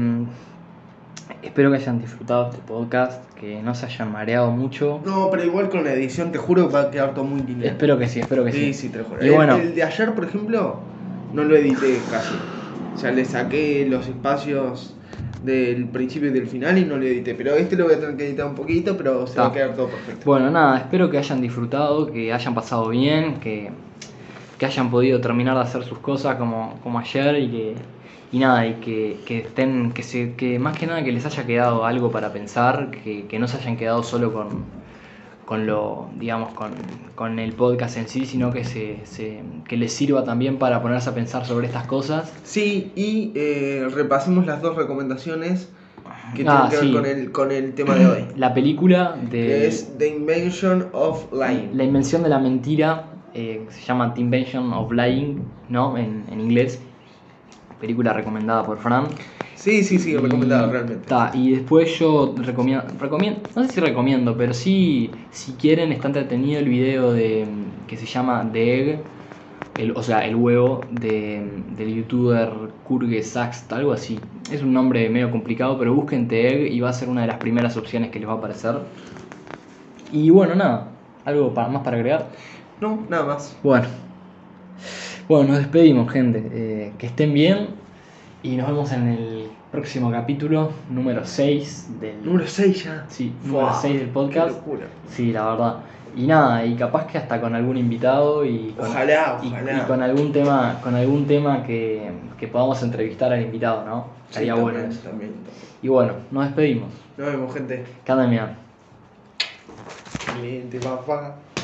S2: espero que hayan disfrutado este podcast, que no se hayan mareado mucho.
S1: No, pero igual con la edición te juro que va a quedar todo muy lindo.
S2: Espero que sí, espero que sí.
S1: Sí, sí, te lo juro.
S2: Y
S1: El,
S2: bueno,
S1: el de ayer, por ejemplo, no lo edité casi. O sea, le saqué los espacios del principio y del final y no lo edité. Pero este lo voy a tener que editar un poquito, pero se va a
S2: Ta.
S1: quedar todo perfecto.
S2: bueno, nada, espero que hayan disfrutado, que hayan pasado bien, que, que hayan podido terminar de hacer sus cosas como, como ayer y que y nada, y que, que estén, que se, que más que nada que les haya quedado algo para pensar, que, que no se hayan quedado solo con, con lo, digamos, con, con el podcast en sí, sino que se, se, que les sirva también para ponerse a pensar sobre estas cosas.
S1: Sí, y eh, repasemos las dos recomendaciones que
S2: Ah,
S1: tienen que
S2: sí.
S1: ver con el, con el tema de hoy.
S2: La película
S1: Que
S2: de
S1: es The Invention of Lying.
S2: La invención de la mentira, eh, se llama The Invention of Lying, ¿no? En, en inglés. Película recomendada por Fran.
S1: Sí, sí, sí, recomendado
S2: Y-
S1: realmente.
S2: ta, y después yo recomiendo, recomiendo, no sé si recomiendo, pero sí, si quieren, está entretenido el video de que se llama The Egg, el, o sea, el huevo de, del youtuber Kurge Saxt, algo así. Es un nombre medio complicado, pero busquen The Egg y va a ser una de las primeras opciones que les va a aparecer. Y bueno, nada, algo pa- más para agregar.
S1: No, nada más.
S2: Bueno, bueno, nos despedimos, gente. Eh, que estén bien y nos vemos en el próximo capítulo número seis del
S1: Número seis ya.
S2: Sí, número
S1: Fua,
S2: seis del podcast.
S1: Qué locura.
S2: Sí, la verdad. Y nada, y capaz que hasta con algún invitado y con,
S1: Ojalá,
S2: y-
S1: ojalá.
S2: y con algún tema, con algún tema que, que podamos entrevistar al invitado, ¿no?
S1: Sí,
S2: Estaría bueno
S1: también,
S2: eso.
S1: también.
S2: Y bueno, nos despedimos.
S1: Nos vemos, gente.
S2: Que anden bien.
S1: Cliente, papá.